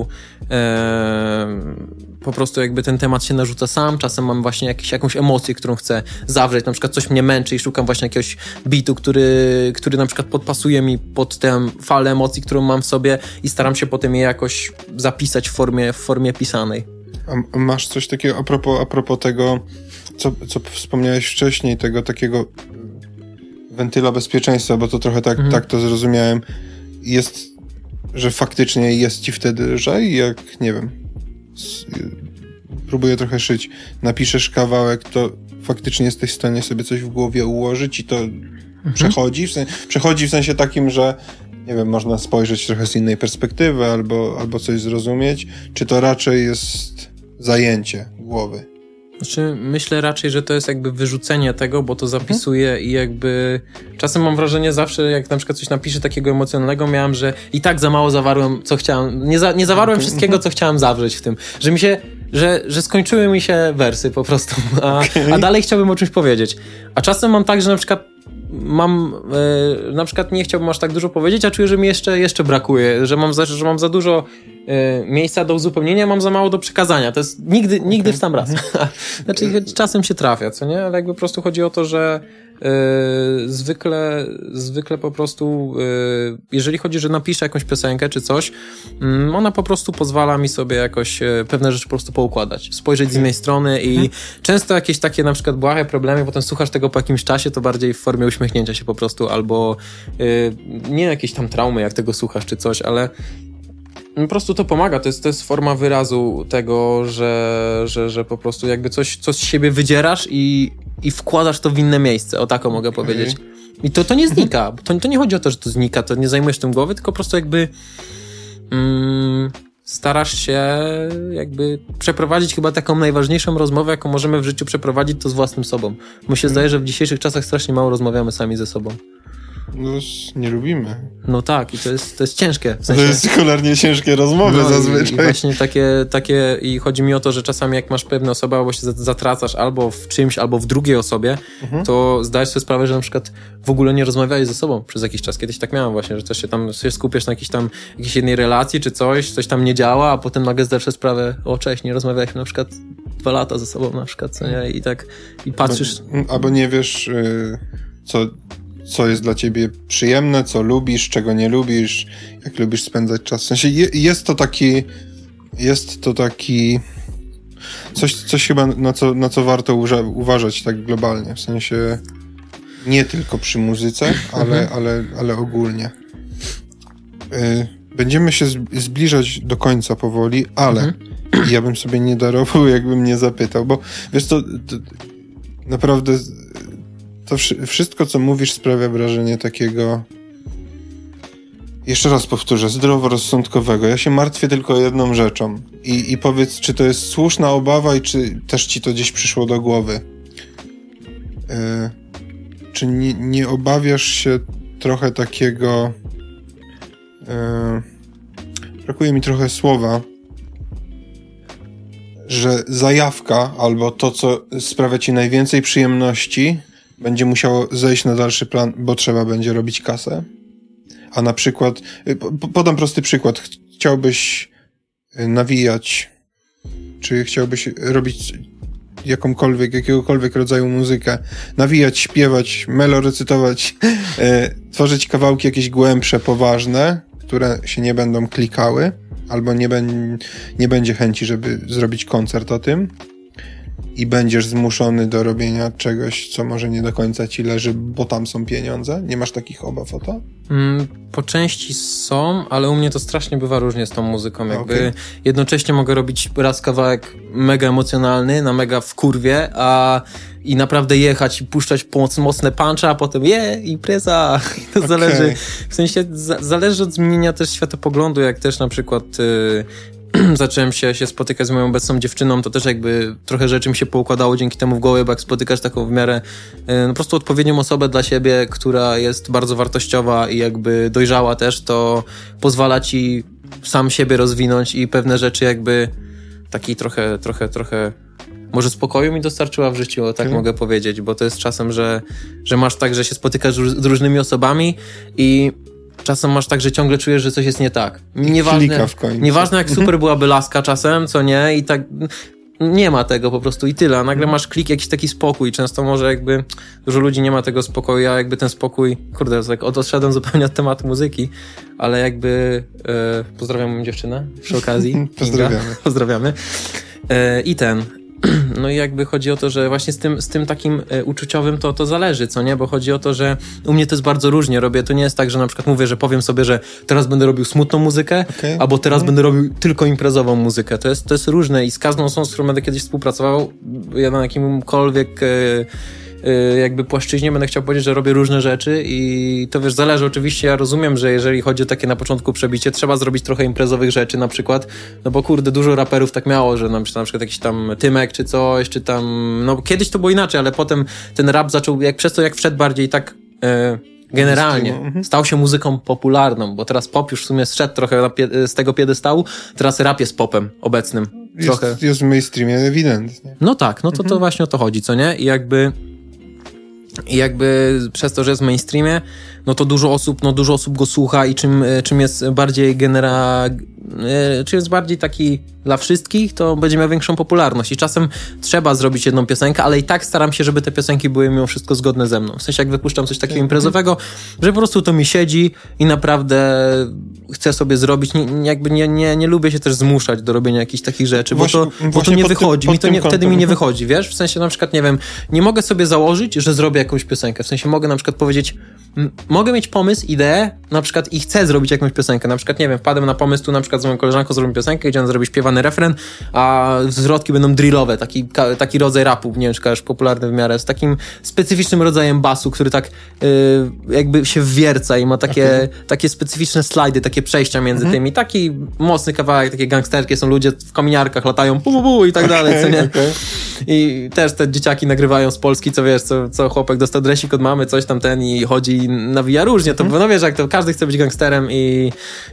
prostu jakby ten temat się narzuca sam, czasem mam właśnie jakąś emocję, którą chcę zawrzeć, na przykład coś mnie męczy i szukam właśnie jakiegoś beatu, który na przykład podpasuje mi pod tę falę emocji, którą mam w sobie i staram się potem je jakoś zapisać w formie pisanej. A masz coś takiego a propos tego, co wspomniałeś wcześniej, tego takiego wentyla bezpieczeństwa, bo to trochę tak to zrozumiałem. Jest, że faktycznie jest ci wtedy lżej, jak, nie wiem, próbuję trochę szyć, napiszesz kawałek, to faktycznie jesteś w stanie sobie coś w głowie ułożyć i to przechodzi w sensie takim, że nie wiem, można spojrzeć trochę z innej perspektywy albo coś zrozumieć, czy to raczej jest zajęcie głowy? Znaczy, myślę raczej, że to jest jakby wyrzucenie tego, bo to zapisuje i jakby czasem mam wrażenie zawsze, jak na przykład coś napiszę takiego emocjonalnego, miałem, że i tak za mało zawarłem, co chciałem, nie zawarłem wszystkiego, co chciałem zawrzeć w tym, że mi się, że skończyły mi się wersy po prostu, a dalej chciałbym o czymś powiedzieć. A czasem mam tak, że na przykład na przykład nie chciałbym aż tak dużo powiedzieć, a czuję, że mi jeszcze brakuje, że mam za dużo miejsca do uzupełnienia, mam za mało do przekazania. To jest nigdy w sam raz. Znaczy czasem się trafia, co nie? Ale jakby po prostu chodzi o to, że zwykle po prostu jeżeli chodzi, że napiszę jakąś piosenkę czy coś, ona po prostu pozwala mi sobie jakoś pewne rzeczy po prostu poukładać, spojrzeć z innej strony i często jakieś takie na przykład błahe problemy, potem słuchasz tego po jakimś czasie, to bardziej w formie uśmiechnięcia się po prostu, albo nie jakieś tam traumy, jak tego słuchasz czy coś, ale po prostu to pomaga, to jest forma wyrazu tego, że po prostu jakby coś z siebie wydzierasz i wkładasz to w inne miejsce, o tak mogę powiedzieć. I to nie znika, to nie chodzi o to, że to znika, to nie zajmujesz tym głowy, tylko po prostu jakby starasz się jakby przeprowadzić chyba taką najważniejszą rozmowę, jaką możemy w życiu przeprowadzić, to z własnym sobą. Bo się zdaje, że w dzisiejszych czasach strasznie mało rozmawiamy sami ze sobą. No, nie lubimy. No tak, i to jest ciężkie. W sensie, to jest cholernie ciężkie rozmowy zazwyczaj. I właśnie takie i chodzi mi o to, że czasami jak masz pewne osoby, albo się zatracasz albo w czymś, albo w drugiej osobie, to zdajesz sobie sprawę, że na przykład w ogóle nie rozmawiałeś ze sobą przez jakiś czas. Kiedyś tak miałem właśnie, że też się skupiasz na jakiejś jednej relacji czy coś tam nie działa, a potem nagle zdajesz sobie sprawę, o cześć, nie rozmawialiśmy na przykład 2 lata ze sobą na przykład, co nie? I tak, i patrzysz... Albo nie wiesz, co jest dla ciebie przyjemne, co lubisz, czego nie lubisz, jak lubisz spędzać czas. W sensie jest to taki coś chyba, na co warto uważać tak globalnie. W sensie nie tylko przy muzyce, ale ogólnie. Będziemy się zbliżać do końca powoli, ale ja bym sobie nie darował, jakbym nie zapytał, bo wiesz to naprawdę to wszystko, co mówisz, sprawia wrażenie takiego, jeszcze raz powtórzę, zdroworozsądkowego. Ja się martwię tylko jedną rzeczą i powiedz, czy to jest słuszna obawa i czy też ci to gdzieś przyszło do głowy. Czy nie obawiasz się trochę takiego brakuje mi trochę słowa, że zajawka albo to, co sprawia ci najwięcej przyjemności, będzie musiało zejść na dalszy plan, bo trzeba będzie robić kasę. A na przykład, podam prosty przykład, chciałbyś nawijać, czy chciałbyś robić jakiegokolwiek rodzaju muzykę, nawijać, śpiewać, melorecytować, tworzyć kawałki jakieś głębsze, poważne, które się nie będą klikały, albo nie będzie chęci, żeby zrobić koncert o tym i będziesz zmuszony do robienia czegoś, co może nie do końca ci leży, bo tam są pieniądze? Nie masz takich obaw o to? Po części są, ale u mnie to strasznie bywa różnie z tą muzyką. Jakby jednocześnie mogę robić raz kawałek mega emocjonalny, na mega wkurwie, i naprawdę jechać i puszczać mocne puncha, a potem impreza. I to zależy, w sensie zależy od zmienienia też światopoglądu, jak też na przykład zacząłem się spotykać z moją obecną dziewczyną, to też jakby trochę rzeczy mi się poukładało dzięki temu w głowie, bo jak spotykasz taką w miarę po prostu odpowiednią osobę dla siebie, która jest bardzo wartościowa i jakby dojrzała też, to pozwala ci sam siebie rozwinąć i pewne rzeczy jakby taki trochę może spokoju mi dostarczyła w życiu, tak mogę powiedzieć, bo to jest czasem, że masz tak, że się spotykasz z różnymi osobami i czasem masz tak, że ciągle czujesz, że coś jest nie tak. Nieważne jak super byłaby laska czasem, co nie, i tak nie ma tego po prostu i tyle, a nagle masz jakiś taki spokój. Często może jakby dużo ludzi nie ma tego spokoju, a jakby ten spokój, tak odszedłem zupełnie od tematu muzyki, ale jakby pozdrawiam moją dziewczynę przy okazji. Pozdrawiamy. No i jakby chodzi o to, że właśnie z tym takim uczuciowym to zależy, co nie? Bo chodzi o to, że u mnie to jest bardzo różnie robię. To nie jest tak, że na przykład mówię, że powiem sobie, że teraz będę robił smutną muzykę, albo teraz będę robił tylko imprezową muzykę. To jest różne i z każdą osobą, z którą będę kiedyś współpracował, ja na jakimkolwiek jakby płaszczyźnie będę chciał powiedzieć, że robię różne rzeczy i to zależy oczywiście, ja rozumiem, że jeżeli chodzi o takie na początku przebicie, trzeba zrobić trochę imprezowych rzeczy na przykład, no bo kurde, dużo raperów tak miało, że na przykład jakiś tam Tymek czy coś, czy tam, no kiedyś to było inaczej, ale potem ten rap zaczął, przez to jak wszedł bardziej tak generalnie, stał się muzyką popularną, bo teraz pop już w sumie zszedł trochę z tego piedestału, teraz rap jest popem obecnym. Jest w mainstreamie ewidentnie. No tak, no to właśnie o to chodzi, co nie? I jakby przez to, że jest w mainstreamie, no to dużo osób go słucha i czym jest bardziej czym jest bardziej taki dla wszystkich, to będzie miał większą popularność i czasem trzeba zrobić jedną piosenkę, ale i tak staram się, żeby te piosenki były mimo wszystko zgodne ze mną. W sensie jak wypuszczam coś takiego imprezowego, że po prostu to mi siedzi i naprawdę chcę sobie zrobić, nie lubię się też zmuszać do robienia jakichś takich rzeczy, bo to nie wychodzi, wtedy mi nie wychodzi, wiesz? W sensie na przykład, nie wiem, nie mogę sobie założyć, że zrobię jakąś piosenkę, w sensie mogę na przykład powiedzieć, mogę mieć pomysł, ideę, na przykład i chcę zrobić jakąś piosenkę, na przykład, nie wiem, wpadłem na pomysł tu na przykład z moją koleżanką zrobimy piosenkę, gdzie on zrobi śpiewany refren, a zwrotki będą drillowe, taki rodzaj rapu, nie wiem, czy kojarzysz, popularny w miarę, z takim specyficznym rodzajem basu, który tak jakby się wwierca i ma takie specyficzne slajdy, takie przejścia między tymi, taki mocny kawałek, takie gangsterskie, są ludzie w kominiarkach, latają i tak dalej, co nie? I też te dzieciaki nagrywają z Polski, co wiesz, co chłopek dostał dresik od mamy, coś tam i chodzi i nawija różnie, to no wiesz, jak to każdy chce być gangsterem i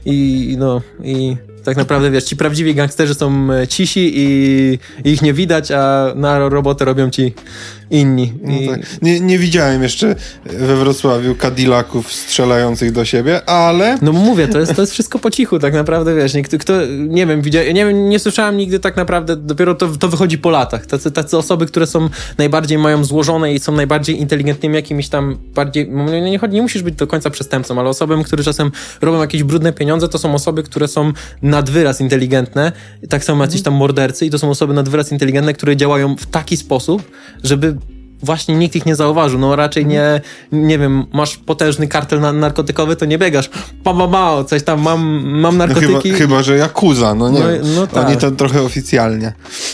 tak naprawdę, wiesz, ci prawdziwi gangsterzy są cisi i ich nie widać, a na robotę robią ci inni. No tak. Nie widziałem jeszcze we Wrocławiu Cadillaców strzelających do siebie, ale... No mówię, to jest wszystko po cichu, tak naprawdę, wiesz, kto nie wiem, nie słyszałem nigdy tak naprawdę, dopiero to wychodzi po latach. Tacy osoby, które są najbardziej mają złożone i są najbardziej inteligentnymi, jakimiś tam bardziej, nie musisz być do końca przestępcą, ale osoby, które czasem robią jakieś brudne pieniądze, to są osoby, które są nad wyraz inteligentne, tak samo jacyś tam mordercy i to są osoby nad wyraz inteligentne, które działają w taki sposób, żeby właśnie nikt ich nie zauważył. No raczej nie wiem, masz potężny kartel narkotykowy, to nie biegasz coś tam, mam narkotyki. No chyba, że Yakuza, no nie wiem. No tak. Oni to trochę oficjalnie.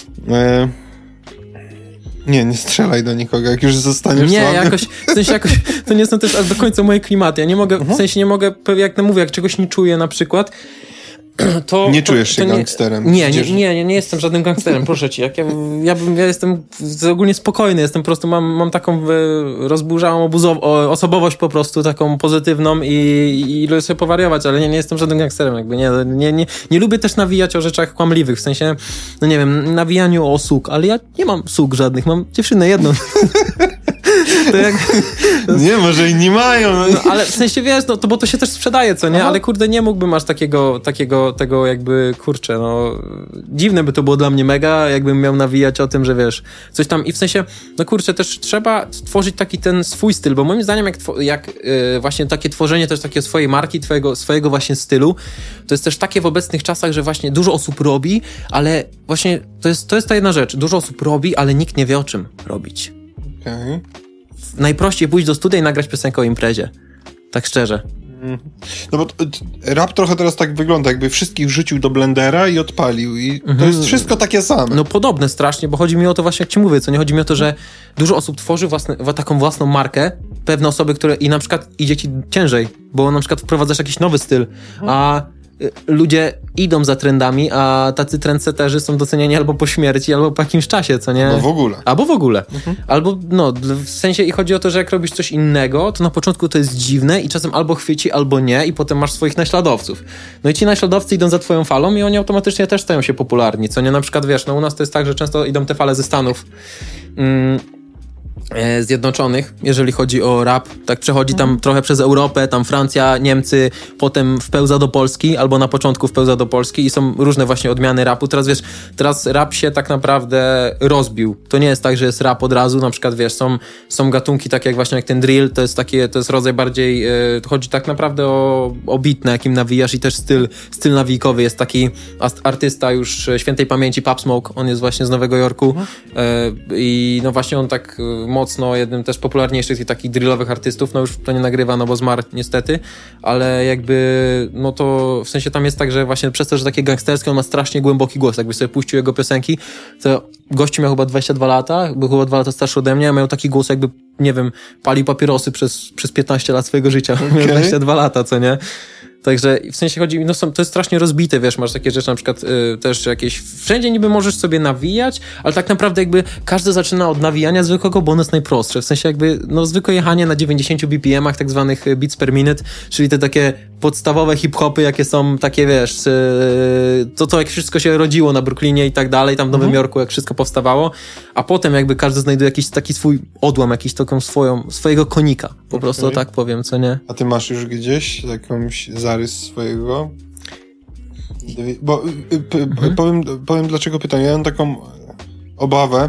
Nie strzelaj do nikogo, jak już zostaniesz słaby. W sensie to nie są też aż do końca moje klimaty. Ja nie mogę, w sensie nie mogę, jak czegoś nie czuję na przykład, Nie czujesz się gangsterem? Nie jestem żadnym gangsterem, proszę ci. Ja jestem ogólnie spokojny, jestem po prostu, mam taką rozburzałą osobowość po prostu, taką pozytywną i lubię sobie powariować, ale nie jestem żadnym gangsterem, jakby nie lubię też nawijać o rzeczach kłamliwych, w sensie, no nie wiem, nawijaniu o suk, ale ja nie mam suk żadnych, mam dziewczynę jedną. To nie, może inni mają. No, ale w sensie, wiesz, no to bo to się też sprzedaje, co nie? Aha. Ale kurde, nie mógłbym aż tego jakby, kurczę, no dziwne by to było dla mnie mega, jakbym miał nawijać o tym, że wiesz, coś tam i w sensie, no kurczę, też trzeba stworzyć taki ten swój styl, bo moim zdaniem jak właśnie takie tworzenie też takiej swojej marki, swojego właśnie stylu, to jest też takie w obecnych czasach, że właśnie dużo osób robi, ale właśnie to jest ta jedna rzecz, dużo osób robi, ale nikt nie wie o czym robić. Okay. Najprościej pójść do studia i nagrać piosenkę o imprezie. Tak szczerze. No bo rap trochę teraz tak wygląda, jakby wszystkich wrzucił do blendera i odpalił i to jest wszystko takie same. No podobne strasznie, bo chodzi mi o to właśnie, jak ci mówię, co nie chodzi mi o to, że dużo osób tworzy taką własną markę, pewne osoby, które i na przykład idzie ci ciężej, bo na przykład wprowadzasz jakiś nowy styl, a ludzie idą za trendami, a tacy trendsetterzy są doceniani albo po śmierci, albo po jakimś czasie, co nie? Albo w ogóle. Albo, no, w sensie i chodzi o to, że jak robisz coś innego, to na początku to jest dziwne i czasem albo chwyci, albo nie i potem masz swoich naśladowców. No i ci naśladowcy idą za twoją falą i oni automatycznie też stają się popularni, co nie? Na przykład, wiesz, no u nas to jest tak, że często idą te fale ze Stanów Zjednoczonych, jeżeli chodzi o rap, tak przechodzi tam trochę przez Europę, tam Francja, Niemcy, potem wpełza do Polski, albo na początku wpełza do Polski i są różne właśnie odmiany rapu. Teraz wiesz, rap się tak naprawdę rozbił. To nie jest tak, że jest rap od razu, na przykład wiesz, są gatunki takie jak właśnie jak ten drill, to jest rodzaj bardziej, chodzi tak naprawdę o beat, na jakim nawijasz i też styl nawijkowy. Jest taki artysta już świętej pamięci, Pop Smoke, on jest właśnie z Nowego Jorku i no właśnie on tak mocno jednym też popularniejszych takich drillowych artystów, no już to nie nagrywa, no bo zmarł niestety, ale jakby, no to w sensie tam jest tak, że właśnie przez to, że takie gangsterskie, on ma strasznie głęboki głos, jakbyś sobie puścił jego piosenki, to gościu miał chyba 22 lata, był chyba 2 lata starszy ode mnie, a miał taki głos jakby, nie wiem, palił papierosy przez 15 lat swojego życia, miał 22 lata, co nie? Także w sensie chodzi, no to jest strasznie rozbite, wiesz, masz takie rzeczy na przykład też jakieś, wszędzie niby możesz sobie nawijać, ale tak naprawdę jakby każdy zaczyna od nawijania zwykłego, bo ono jest najprostsze, w sensie jakby, no zwykłe jechanie na 90 BPM-ach, tak zwanych beats per minute, czyli te takie podstawowe hip-hopy, jakie są takie, wiesz, to jak wszystko się rodziło na Brooklynie i tak dalej, tam w Nowym Jorku, jak wszystko powstawało, a potem jakby każdy znajduje jakiś taki swój odłam, jakiś taką swojego konika, po prostu tak powiem, co nie? A ty masz już gdzieś jakąś zarys swojego? Bo powiem dlaczego pytam. Ja mam taką obawę,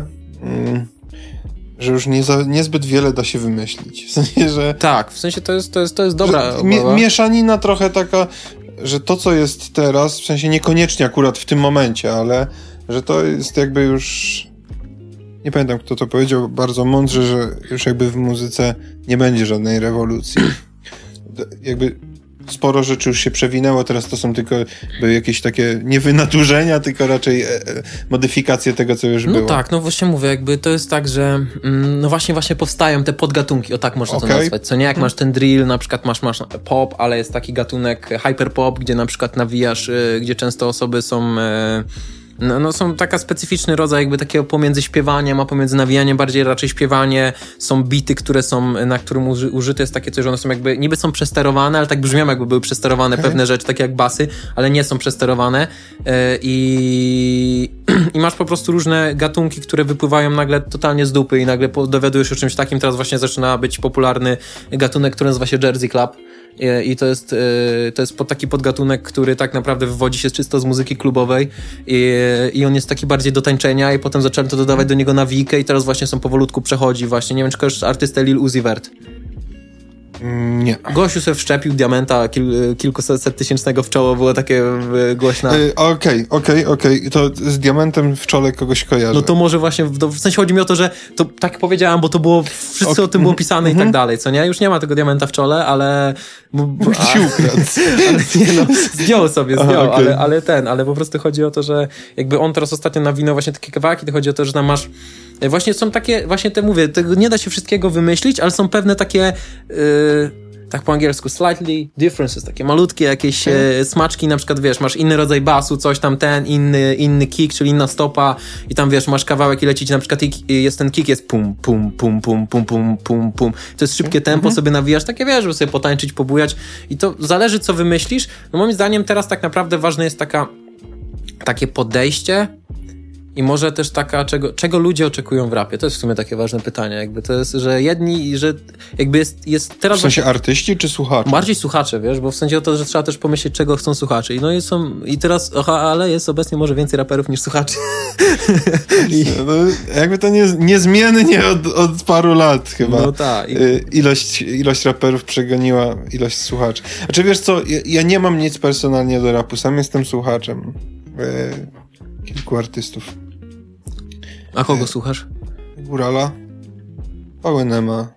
że już niezbyt wiele da się wymyślić. W sensie, że... Tak, w sensie to jest dobra obawa. Mieszanina trochę taka, że to, co jest teraz, w sensie niekoniecznie akurat w tym momencie, ale że to jest jakby już... Nie pamiętam, kto to powiedział bardzo mądrze, że już jakby w muzyce nie będzie żadnej rewolucji. Jakby sporo rzeczy już się przewinęło, teraz to są tylko jakieś takie nie wynaturzenia, tylko raczej modyfikacje tego, co już było. No tak, no właśnie mówię, jakby to jest tak, że no właśnie powstają te podgatunki, o tak można to nazwać, co nie? Jak masz ten drill, na przykład masz pop, ale jest taki gatunek hyperpop, gdzie na przykład nawijasz, gdzie często osoby są... No są taka specyficzny rodzaj jakby takiego pomiędzy śpiewaniem, a pomiędzy nawijaniem bardziej raczej śpiewanie. Są bity, na którym użyte jest takie coś, że one są jakby, niby są przesterowane, ale tak brzmią jakby były przesterowane pewne rzeczy, takie jak basy, ale nie są przesterowane i masz po prostu różne gatunki, które wypływają nagle totalnie z dupy i nagle dowiadujesz o czymś takim. Teraz właśnie zaczyna być popularny gatunek, który nazywa się Jersey Club. I to jest taki podgatunek, który tak naprawdę wywodzi się czysto z muzyki klubowej i on jest taki bardziej do tańczenia i potem zaczęli to dodawać do niego nawijkę i teraz właśnie są powolutku przechodzi właśnie. Nie wiem, czy kojarzysz artystę Lil Uzi Vert? Nie. Gościu sobie wszczepił diamenta kilkuset tysięcznego w czoło, było takie głośne. Okej. To z diamentem w czole kogoś kojarzę. No to może właśnie, w sensie chodzi mi o to, że to tak powiedziałem, bo to było, wszystko o tym było pisane i tak dalej, co nie? Już nie ma tego diamenta w czole, ale... Zdjął sobie, ale po prostu chodzi o to, że jakby on teraz ostatnio nawinął właśnie takie kawałki, to chodzi o to, że tam masz... Właśnie są takie, właśnie te mówię, tego nie da się wszystkiego wymyślić, ale są pewne takie tak po angielsku, slightly differences, takie malutkie jakieś smaczki, na przykład, wiesz, masz inny rodzaj basu, coś tam, inny kick, czyli inna stopa i tam, wiesz, masz kawałek i lecić, na przykład jest ten kick, jest pum, pum, pum, pum, pum, pum, pum, pum. To jest szybkie tempo, sobie nawijasz, takie, wiesz, żeby sobie potańczyć, pobujać i to zależy, co wymyślisz. No moim zdaniem teraz tak naprawdę ważne jest takie podejście i może też taka, czego ludzie oczekują w rapie. To jest w sumie takie ważne pytanie. Jakby to jest, że jedni, że jakby jest teraz... W sensie artyści czy słuchacze? Bardziej słuchacze, wiesz, bo w sensie o to, że trzeba też pomyśleć, czego chcą słuchacze. I teraz, ale jest obecnie może więcej raperów niż słuchaczy. No, jakby to niezmiennie od paru lat chyba. No tak. Ilość raperów przegoniła ilość słuchaczy. Znaczy wiesz co, ja nie mam nic personalnie do rapu, sam jestem słuchaczem kilku artystów. A kogo słuchasz? Górala, Pałynema.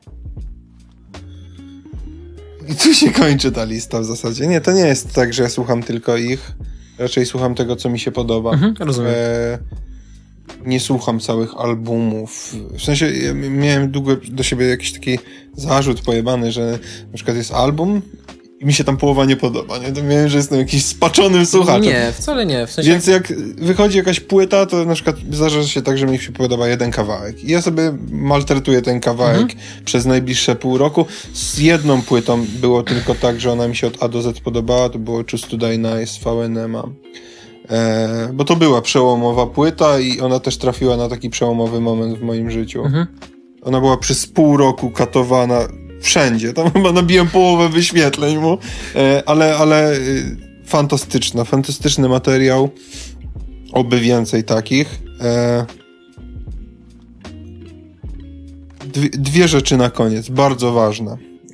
I tu się kończy ta lista w zasadzie. Nie, to nie jest tak, że ja słucham tylko ich. Raczej słucham tego, co mi się podoba. Rozumiem. Nie słucham całych albumów. W sensie ja miałem długo do siebie jakiś taki zarzut pojebany, że na przykład jest album i mi się tam połowa nie podoba. Nie? To miałem, że jestem jakiś spaczonym słuchaczem. Nie, wcale nie. W sensie... Więc jak wychodzi jakaś płyta, to na przykład zdarza się tak, że mi się podoba jeden kawałek. I ja sobie maltretuję ten kawałek przez najbliższe pół roku. Z jedną płytą było tylko tak, że ona mi się od A do Z podobała. To było Choose to Die Nice, VNM-a. Bo to była przełomowa płyta i ona też trafiła na taki przełomowy moment w moim życiu. Ona była przez pół roku katowana wszędzie. Tam chyba nabiłem połowę wyświetleń mu. Ale fantastyczny materiał. Oby więcej takich. Dwie rzeczy na koniec, bardzo ważne.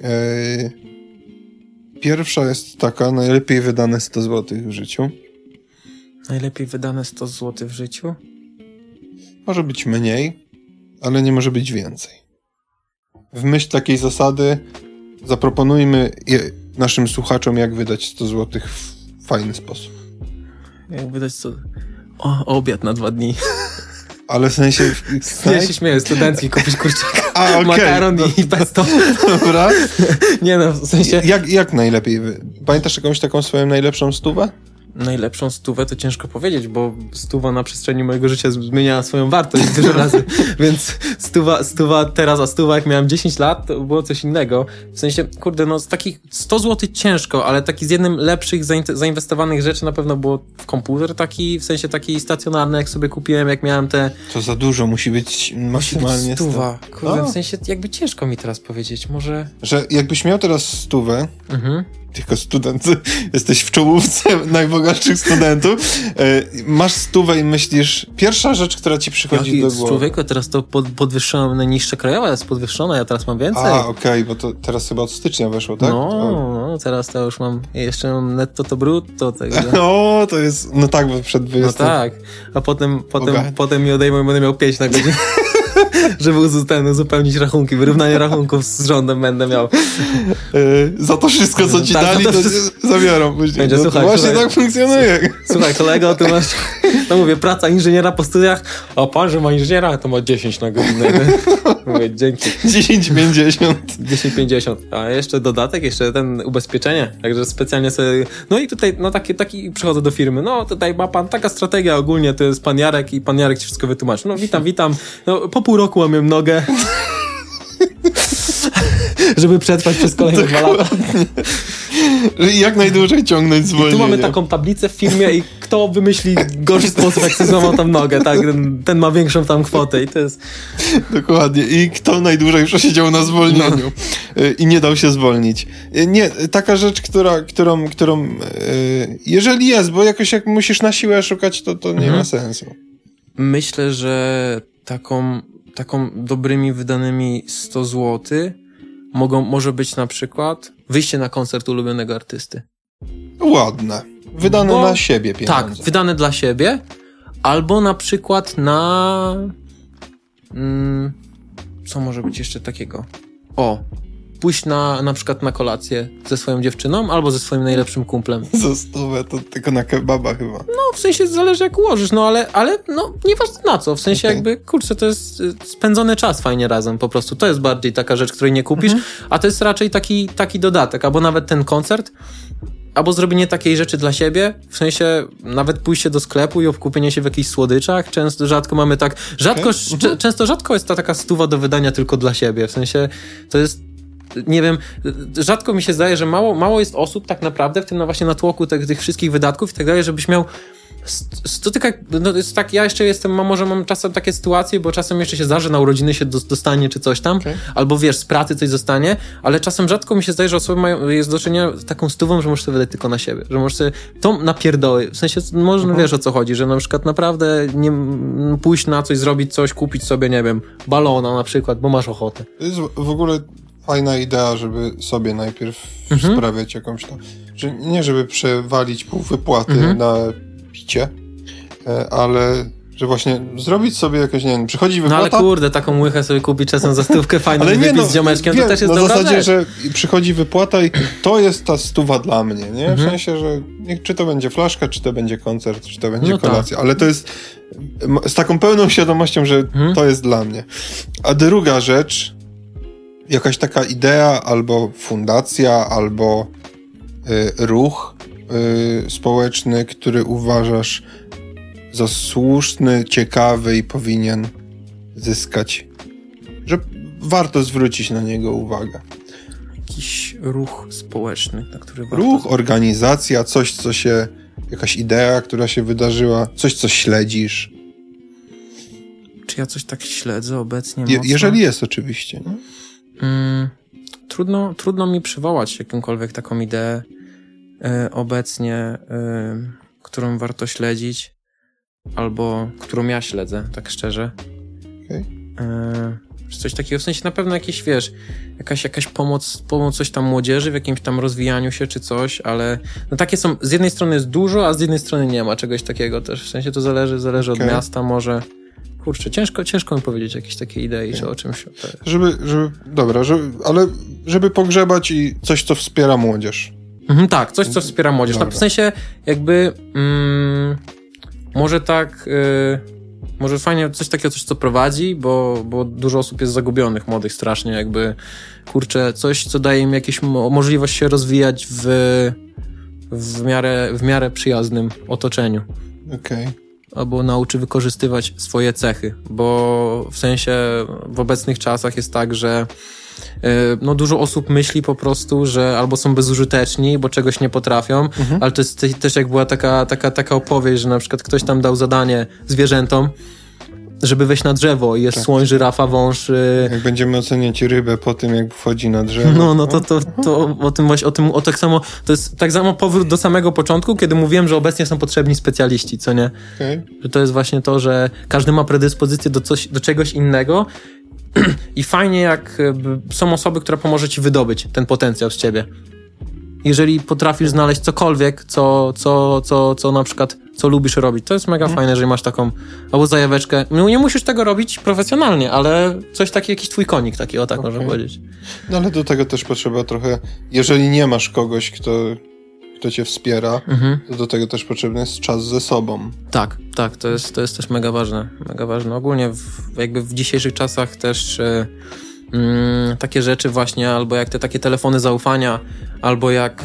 Pierwsza jest taka, najlepiej wydane 100 zł w życiu. Najlepiej wydane 100 zł w życiu? Może być mniej, ale nie może być więcej. W myśl takiej zasady zaproponujmy naszym słuchaczom, jak wydać 100 zł w fajny sposób. Jak wydać 100... obiad na 2 dni. Ale w sensie... Ja się śmieję, studencki, kupić kurczaka, okay. makaron i pesto. Dobra. Nie no, w sensie... Jak najlepiej? Pamiętasz jakąś taką swoją najlepszą stówę? Najlepszą stówę to ciężko powiedzieć, bo stuwa na przestrzeni mojego życia zmieniała swoją wartość dużo razy, więc stuwa teraz, a stuwa jak miałem 10 lat, to było coś innego. W sensie, kurde, no z takich 100 zł ciężko, ale taki z jednym lepszych zainwestowanych rzeczy na pewno było w komputer taki, w sensie taki stacjonarny, jak sobie kupiłem, jak miałem te... To za dużo, musi być maksymalnie stuwa. Kurde, w sensie jakby ciężko mi teraz powiedzieć, może... Że jakbyś miał teraz stówę, tylko student, jesteś w czołówce najbogatszych studentów, masz stówę i myślisz, pierwsza rzecz, która ci przychodzi do głowy. Człowieku, teraz to podwyższono, najniższa krajowa jest podwyższona, ja teraz mam więcej. Okej, bo to teraz chyba od stycznia weszło, tak? No, teraz to już mam, jeszcze mam netto to brutto, także... No, to jest, no tak, bo przed 20. No tak, a potem mi odejmą i będę miał 5 na godzinę. Żeby uzupełnić rachunki, wyrównanie rachunków z rządem będę miał. Za to wszystko, co ci dali, to zabiorą później. Będzie, słuchaj, właśnie tak funkcjonuje. Słuchaj, kolego, ty masz, no mówię, praca inżyniera po studiach, a pan, że ma inżyniera, to ma 10 na godzinę. Mówię, dzięki. 10,50. 10,50. A jeszcze dodatek, jeszcze ten ubezpieczenie. Także specjalnie sobie... No i tutaj, no taki przychodzę do firmy. No tutaj ma pan taka strategia ogólnie, to jest pan Jarek i pan Jarek ci wszystko wytłumaczy. No witam. No po pół roku mam nogę. Żeby przetrwać przez kolejne 2 lata. Jak najdłużej ciągnąć zwolnienie. I tu mamy taką tablicę w firmie i kto wymyśli gorszy sposób, jak sobie złamał tam nogę, tak? Ten ma większą tam kwotę i to jest... Dokładnie. I kto najdłużej przesiedział na zwolnieniu i nie dał się zwolnić. Nie, taka rzecz, którą jeżeli jest, bo jakoś jak musisz na siłę szukać, to nie ma sensu. Myślę, że taką dobrymi wydanymi 100 zł może być na przykład wyjście na koncert ulubionego artysty. Ładne. Wydane na siebie pieniądze. Tak, wydane dla siebie. Albo na przykład na... co może być jeszcze takiego? pójść na przykład na kolację ze swoją dziewczyną albo ze swoim najlepszym kumplem. Za 100 to tylko na kebaba chyba. No, w sensie zależy jak ułożysz, no ale no, nieważne na co, w sensie jakby, kurczę, to jest spędzony czas fajnie razem po prostu. To jest bardziej taka rzecz, której nie kupisz, a to jest raczej taki dodatek, albo nawet ten koncert, albo zrobienie takiej rzeczy dla siebie, w sensie nawet pójście do sklepu i obkupienie się w jakichś słodyczach. Rzadko mamy tak... Często rzadko jest ta taka 100 do wydania tylko dla siebie. W sensie to jest... Nie wiem, rzadko mi się zdaje, że mało jest osób tak naprawdę w tym właśnie natłoku tych wszystkich wydatków i tak dalej, żebyś miał... No jest tak, ja jeszcze może mam czasem takie sytuacje, bo czasem jeszcze się zdarzy, na urodziny się dostanie czy coś tam, albo wiesz, z pracy coś zostanie, ale czasem rzadko mi się zdaje, że osoby jest do czynienia z taką 100, że możesz sobie wydać tylko na siebie, że możesz sobie to napierdoły, w sensie może wiesz o co chodzi, że na przykład naprawdę nie pójść na coś, zrobić coś, kupić sobie, nie wiem, balona na przykład, bo masz ochotę. To jest w ogóle fajna idea, żeby sobie najpierw sprawiać jakąś tam, że nie żeby przewalić pół wypłaty na picie, ale że właśnie zrobić sobie jakoś, nie wiem, przychodzi wypłata... No ale kurde, taką łychę sobie kupić czasem za 100 fajną wypić z ziomeczkiem, to też jest dobra zasadzie, rzecz. że przychodzi wypłata i to jest ta 100 dla mnie, nie? W sensie, że czy to będzie flaszka, czy to będzie koncert, czy to będzie kolacja, ale to jest z taką pełną świadomością, że to jest dla mnie. A druga rzecz, jakaś taka idea, albo fundacja, albo ruch społeczny, który uważasz za słuszny, ciekawy i powinien zyskać, że warto zwrócić na niego uwagę. Jakiś ruch społeczny, na który warto... Ruch, organizacja, coś, co się... Jakaś idea, która się wydarzyła, coś, co śledzisz. Czy ja coś tak śledzę obecnie mocno? Jeżeli jest, oczywiście. Nie? Trudno mi przywołać jakąkolwiek taką ideę obecnie, którą warto śledzić, albo którą ja śledzę, tak szczerze. Coś takiego, w sensie na pewno jakieś, wiesz, jakaś pomoc coś tam młodzieży w jakimś tam rozwijaniu się czy coś, ale no takie są, z jednej strony jest dużo, a z jednej strony nie ma czegoś takiego też, w sensie to zależy od miasta może. Kurczę, ciężko mi powiedzieć jakieś takie idei, czy o czymś. Ale żeby pogrzebać i coś, co wspiera młodzież. Tak, coś, co wspiera młodzież. W sensie jakby może tak... Może fajnie coś takiego, coś co prowadzi, bo dużo osób jest zagubionych, młodych strasznie, jakby, kurczę, coś, co daje im jakąś możliwość się rozwijać w miarę przyjaznym otoczeniu. Albo nauczy wykorzystywać swoje cechy, bo w sensie w obecnych czasach jest tak, że no dużo osób myśli po prostu, że albo są bezużyteczni, bo czegoś nie potrafią, ale to jest też jak była taka opowieść, że na przykład ktoś tam dał zadanie zwierzętom, żeby wejść na drzewo i jest słoń, żyrafa, wąż. Jak będziemy oceniać rybę po tym, jak wchodzi na drzewo. No to o tym właśnie, tak samo, to jest tak samo powrót do samego początku, kiedy mówiłem, że obecnie są potrzebni specjaliści, co nie? Że to jest właśnie to, że każdy ma predyspozycję do czegoś innego i fajnie jak są osoby, które pomoże ci wydobyć ten potencjał z ciebie. Jeżeli potrafisz znaleźć cokolwiek, co na przykład, co lubisz robić, to jest mega fajne, że masz taką albo zajaweczkę. No, nie musisz tego robić profesjonalnie, ale coś takiego, jakiś twój konik taki, o tak można powiedzieć. No ale do tego też potrzeba trochę, jeżeli nie masz kogoś, kto cię wspiera, to do tego też potrzebny jest czas ze sobą. Tak, to jest też mega ważne. Ogólnie jakby w dzisiejszych czasach też takie rzeczy właśnie, albo jak te takie telefony zaufania, albo jak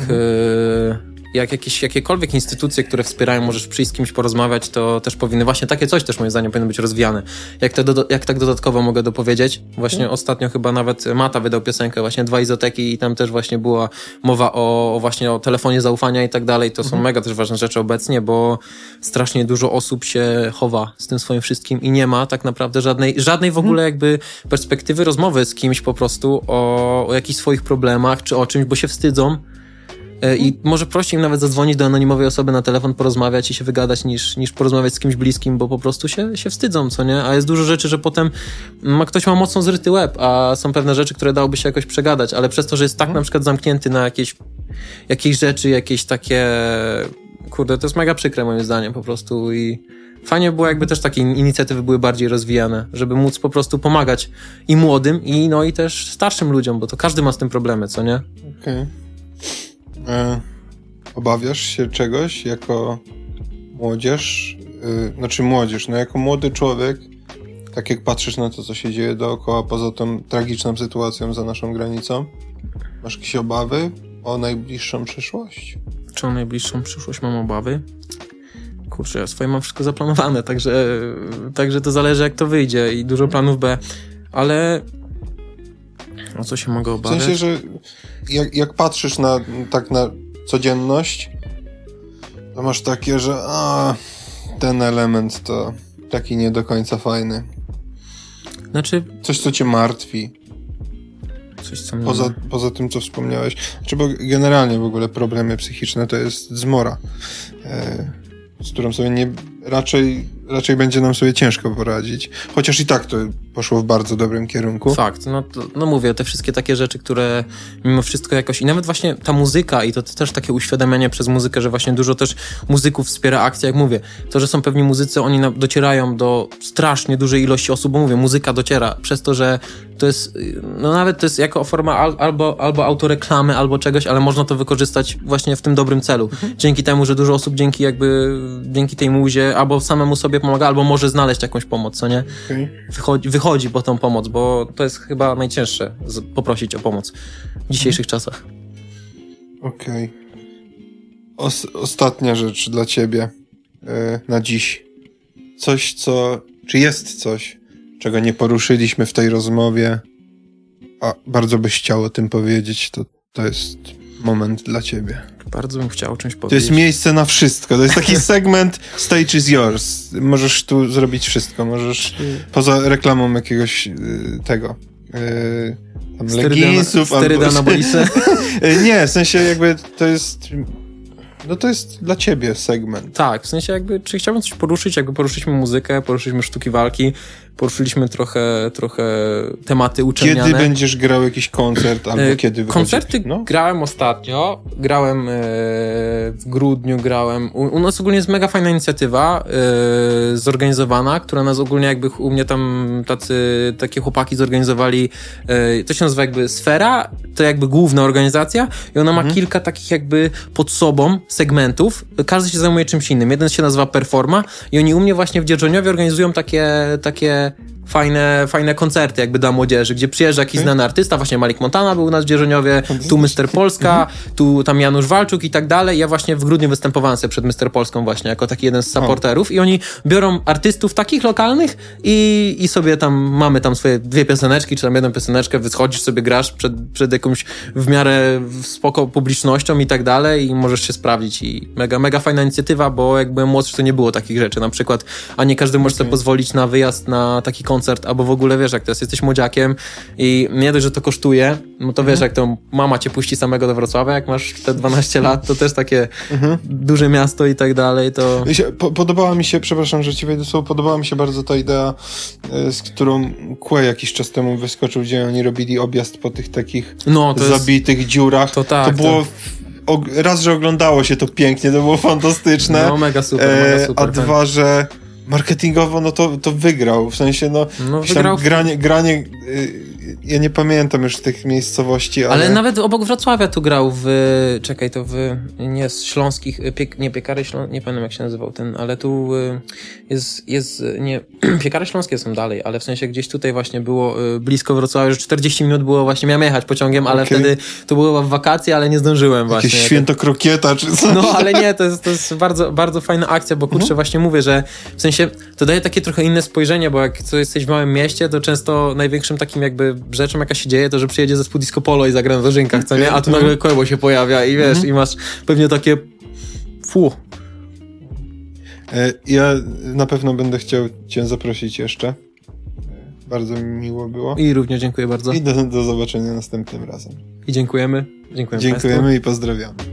jakiekolwiek instytucje, które wspierają, możesz przyjść z kimś porozmawiać, to też powinny, właśnie takie coś też moim zdaniem powinno być rozwijane. Jak tak dodatkowo mogę dopowiedzieć, właśnie ostatnio chyba nawet Mata wydał piosenkę właśnie 2 izoteki i tam też właśnie była mowa właśnie o telefonie zaufania i tak dalej. To są mega też ważne rzeczy obecnie, bo strasznie dużo osób się chowa z tym swoim wszystkim i nie ma tak naprawdę żadnej w ogóle jakby perspektywy rozmowy z kimś po prostu o jakichś swoich problemach czy o czymś, bo się wstydzą. I może prościej im nawet zadzwonić do anonimowej osoby na telefon, porozmawiać i się wygadać niż porozmawiać z kimś bliskim, bo po prostu się wstydzą, co nie? A jest dużo rzeczy, że potem ktoś ma mocno zryty łeb, a są pewne rzeczy, które dałoby się jakoś przegadać, ale przez to, że jest tak na przykład zamknięty na jakieś rzeczy, jakieś takie kurde, to jest mega przykre moim zdaniem po prostu i fajnie było jakby też takie inicjatywy były bardziej rozwijane, żeby móc po prostu pomagać i młodym, i no i też starszym ludziom, bo to każdy ma z tym problemy, co nie? Okej. Obawiasz się czegoś jako młodzież? Młodzież, no jako młody człowiek, tak jak patrzysz na to, co się dzieje dookoła, poza tą tragiczną sytuacją za naszą granicą, masz jakieś obawy o najbliższą przyszłość? Czy o najbliższą przyszłość mam obawy? Kurczę, ja swoje mam wszystko zaplanowane, także to zależy jak to wyjdzie i dużo planów B, ale o co się mogę obawiać? W sensie, że jak patrzysz na codzienność, to masz takie, że ten element to taki nie do końca fajny. Znaczy... Coś, co cię martwi. Coś, co mnie... Poza tym, co wspomniałeś. Bo generalnie w ogóle problemy psychiczne to jest zmora, z którą sobie raczej będzie nam sobie ciężko poradzić. Chociaż i tak to poszło w bardzo dobrym kierunku. Fakt. No mówię, te wszystkie takie rzeczy, które mimo wszystko jakoś... I nawet właśnie ta muzyka i to też takie uświadamianie przez muzykę, że właśnie dużo też muzyków wspiera akcję, jak mówię. To, że są pewni muzycy, oni docierają do strasznie dużej ilości osób, bo mówię, muzyka dociera przez to, że to jest... No nawet to jest jako forma albo autoreklamy, albo czegoś, ale można to wykorzystać właśnie w tym dobrym celu. Dzięki temu, że dużo osób dzięki tej muzie albo samemu sobie pomaga, albo może znaleźć jakąś pomoc, co nie? Wychodzi po tą pomoc, bo to jest chyba najcięższe, poprosić o pomoc w dzisiejszych czasach. Okej. Ostatnia rzecz dla ciebie na dziś. Czy jest coś, czego nie poruszyliśmy w tej rozmowie, a bardzo byś chciał o tym powiedzieć, to jest moment dla ciebie. Bardzo bym chciał o czymś powiedzieć. To jest miejsce na wszystko. To jest taki segment Stage is yours. Możesz tu zrobić wszystko. Możesz poza reklamą jakiegoś tam leginsów. Steryda anabolisy. Nie, w sensie jakby to jest... No to jest dla ciebie segment. Tak, w sensie jakby, czy chciałbym coś poruszyć, jakby poruszyliśmy muzykę, poruszyliśmy sztuki walki, poruszyliśmy trochę tematy uczelniane. Kiedy będziesz grał jakiś koncert, albo kiedy wychodzi? Koncerty grałem ostatnio, w grudniu u nas ogólnie jest mega fajna inicjatywa zorganizowana, która nas ogólnie jakby u mnie tam takie chłopaki zorganizowali, to się nazywa jakby Sfera, to jakby główna organizacja i ona ma kilka takich jakby pod sobą segmentów, każdy się zajmuje czymś innym. Jeden się nazywa Performa i oni u mnie właśnie w Dzierżoniowie organizują takie fajne koncerty jakby dla młodzieży, gdzie przyjeżdża jakiś znany artysta, właśnie Malik Montana był u nas w Dzierżoniowie, tu Mr. Polska, tu tam Janusz Walczuk i tak dalej. Ja właśnie w grudniu występowałem sobie przed Mr. Polską właśnie jako taki jeden z supporterów i oni biorą artystów takich lokalnych i sobie tam mamy tam swoje 2 pioseneczki, czy tam 1 pioseneczkę, wyschodzisz sobie, grasz przed jakąś w miarę spoko publicznością i tak dalej i możesz się sprawdzić i mega fajna inicjatywa, bo jak byłem młodszy, to nie było takich rzeczy na przykład, a nie każdy może sobie pozwolić na wyjazd na taki koncert, albo w ogóle wiesz, jak to jest, jesteś młodziakiem i nie dość, że to kosztuje, no to wiesz, jak to mama cię puści samego do Wrocławia, jak masz te 12 lat, to też takie duże miasto i tak dalej, to... Podobała mi się, przepraszam, że ci wejdę słowo, podobała mi się bardzo ta idea, z którą Kłe jakiś czas temu wyskoczył, gdzie oni robili objazd po tych takich zabitych dziurach. To było... Raz, że oglądało się to pięknie, to było fantastyczne. No, mega super. A dwa, że marketingowo, no to wygrał. W sensie, wygrał. Granie ja nie pamiętam już tych miejscowości, ale... Ale nawet obok Wrocławia tu grał nie z śląskich, Piekary Śląskie, nie pamiętam jak się nazywał ten, ale tu Piekary Śląskie są dalej, ale w sensie gdzieś tutaj właśnie było blisko Wrocławia, że 40 minut było właśnie, miałem jechać pociągiem, ale wtedy to było w wakacje, ale nie zdążyłem właśnie. Jakieś święto krokieta czy coś. No, ale nie, to jest bardzo, bardzo fajna akcja, bo kurczę, właśnie mówię, że w sensie to daje takie trochę inne spojrzenie, bo jak jesteś w małym mieście, to często największym takim jakby rzeczą, jaka się dzieje, to że przyjedzie zespół Disco Polo i zagra na dożynkach, co nie? A tu nagle Koebo się pojawia i wiesz, i masz pewnie takie Ja na pewno będę chciał cię zaprosić jeszcze. Bardzo mi miło było. I również dziękuję bardzo. I do zobaczenia następnym razem. I dziękujemy. Dziękujemy i pozdrawiamy.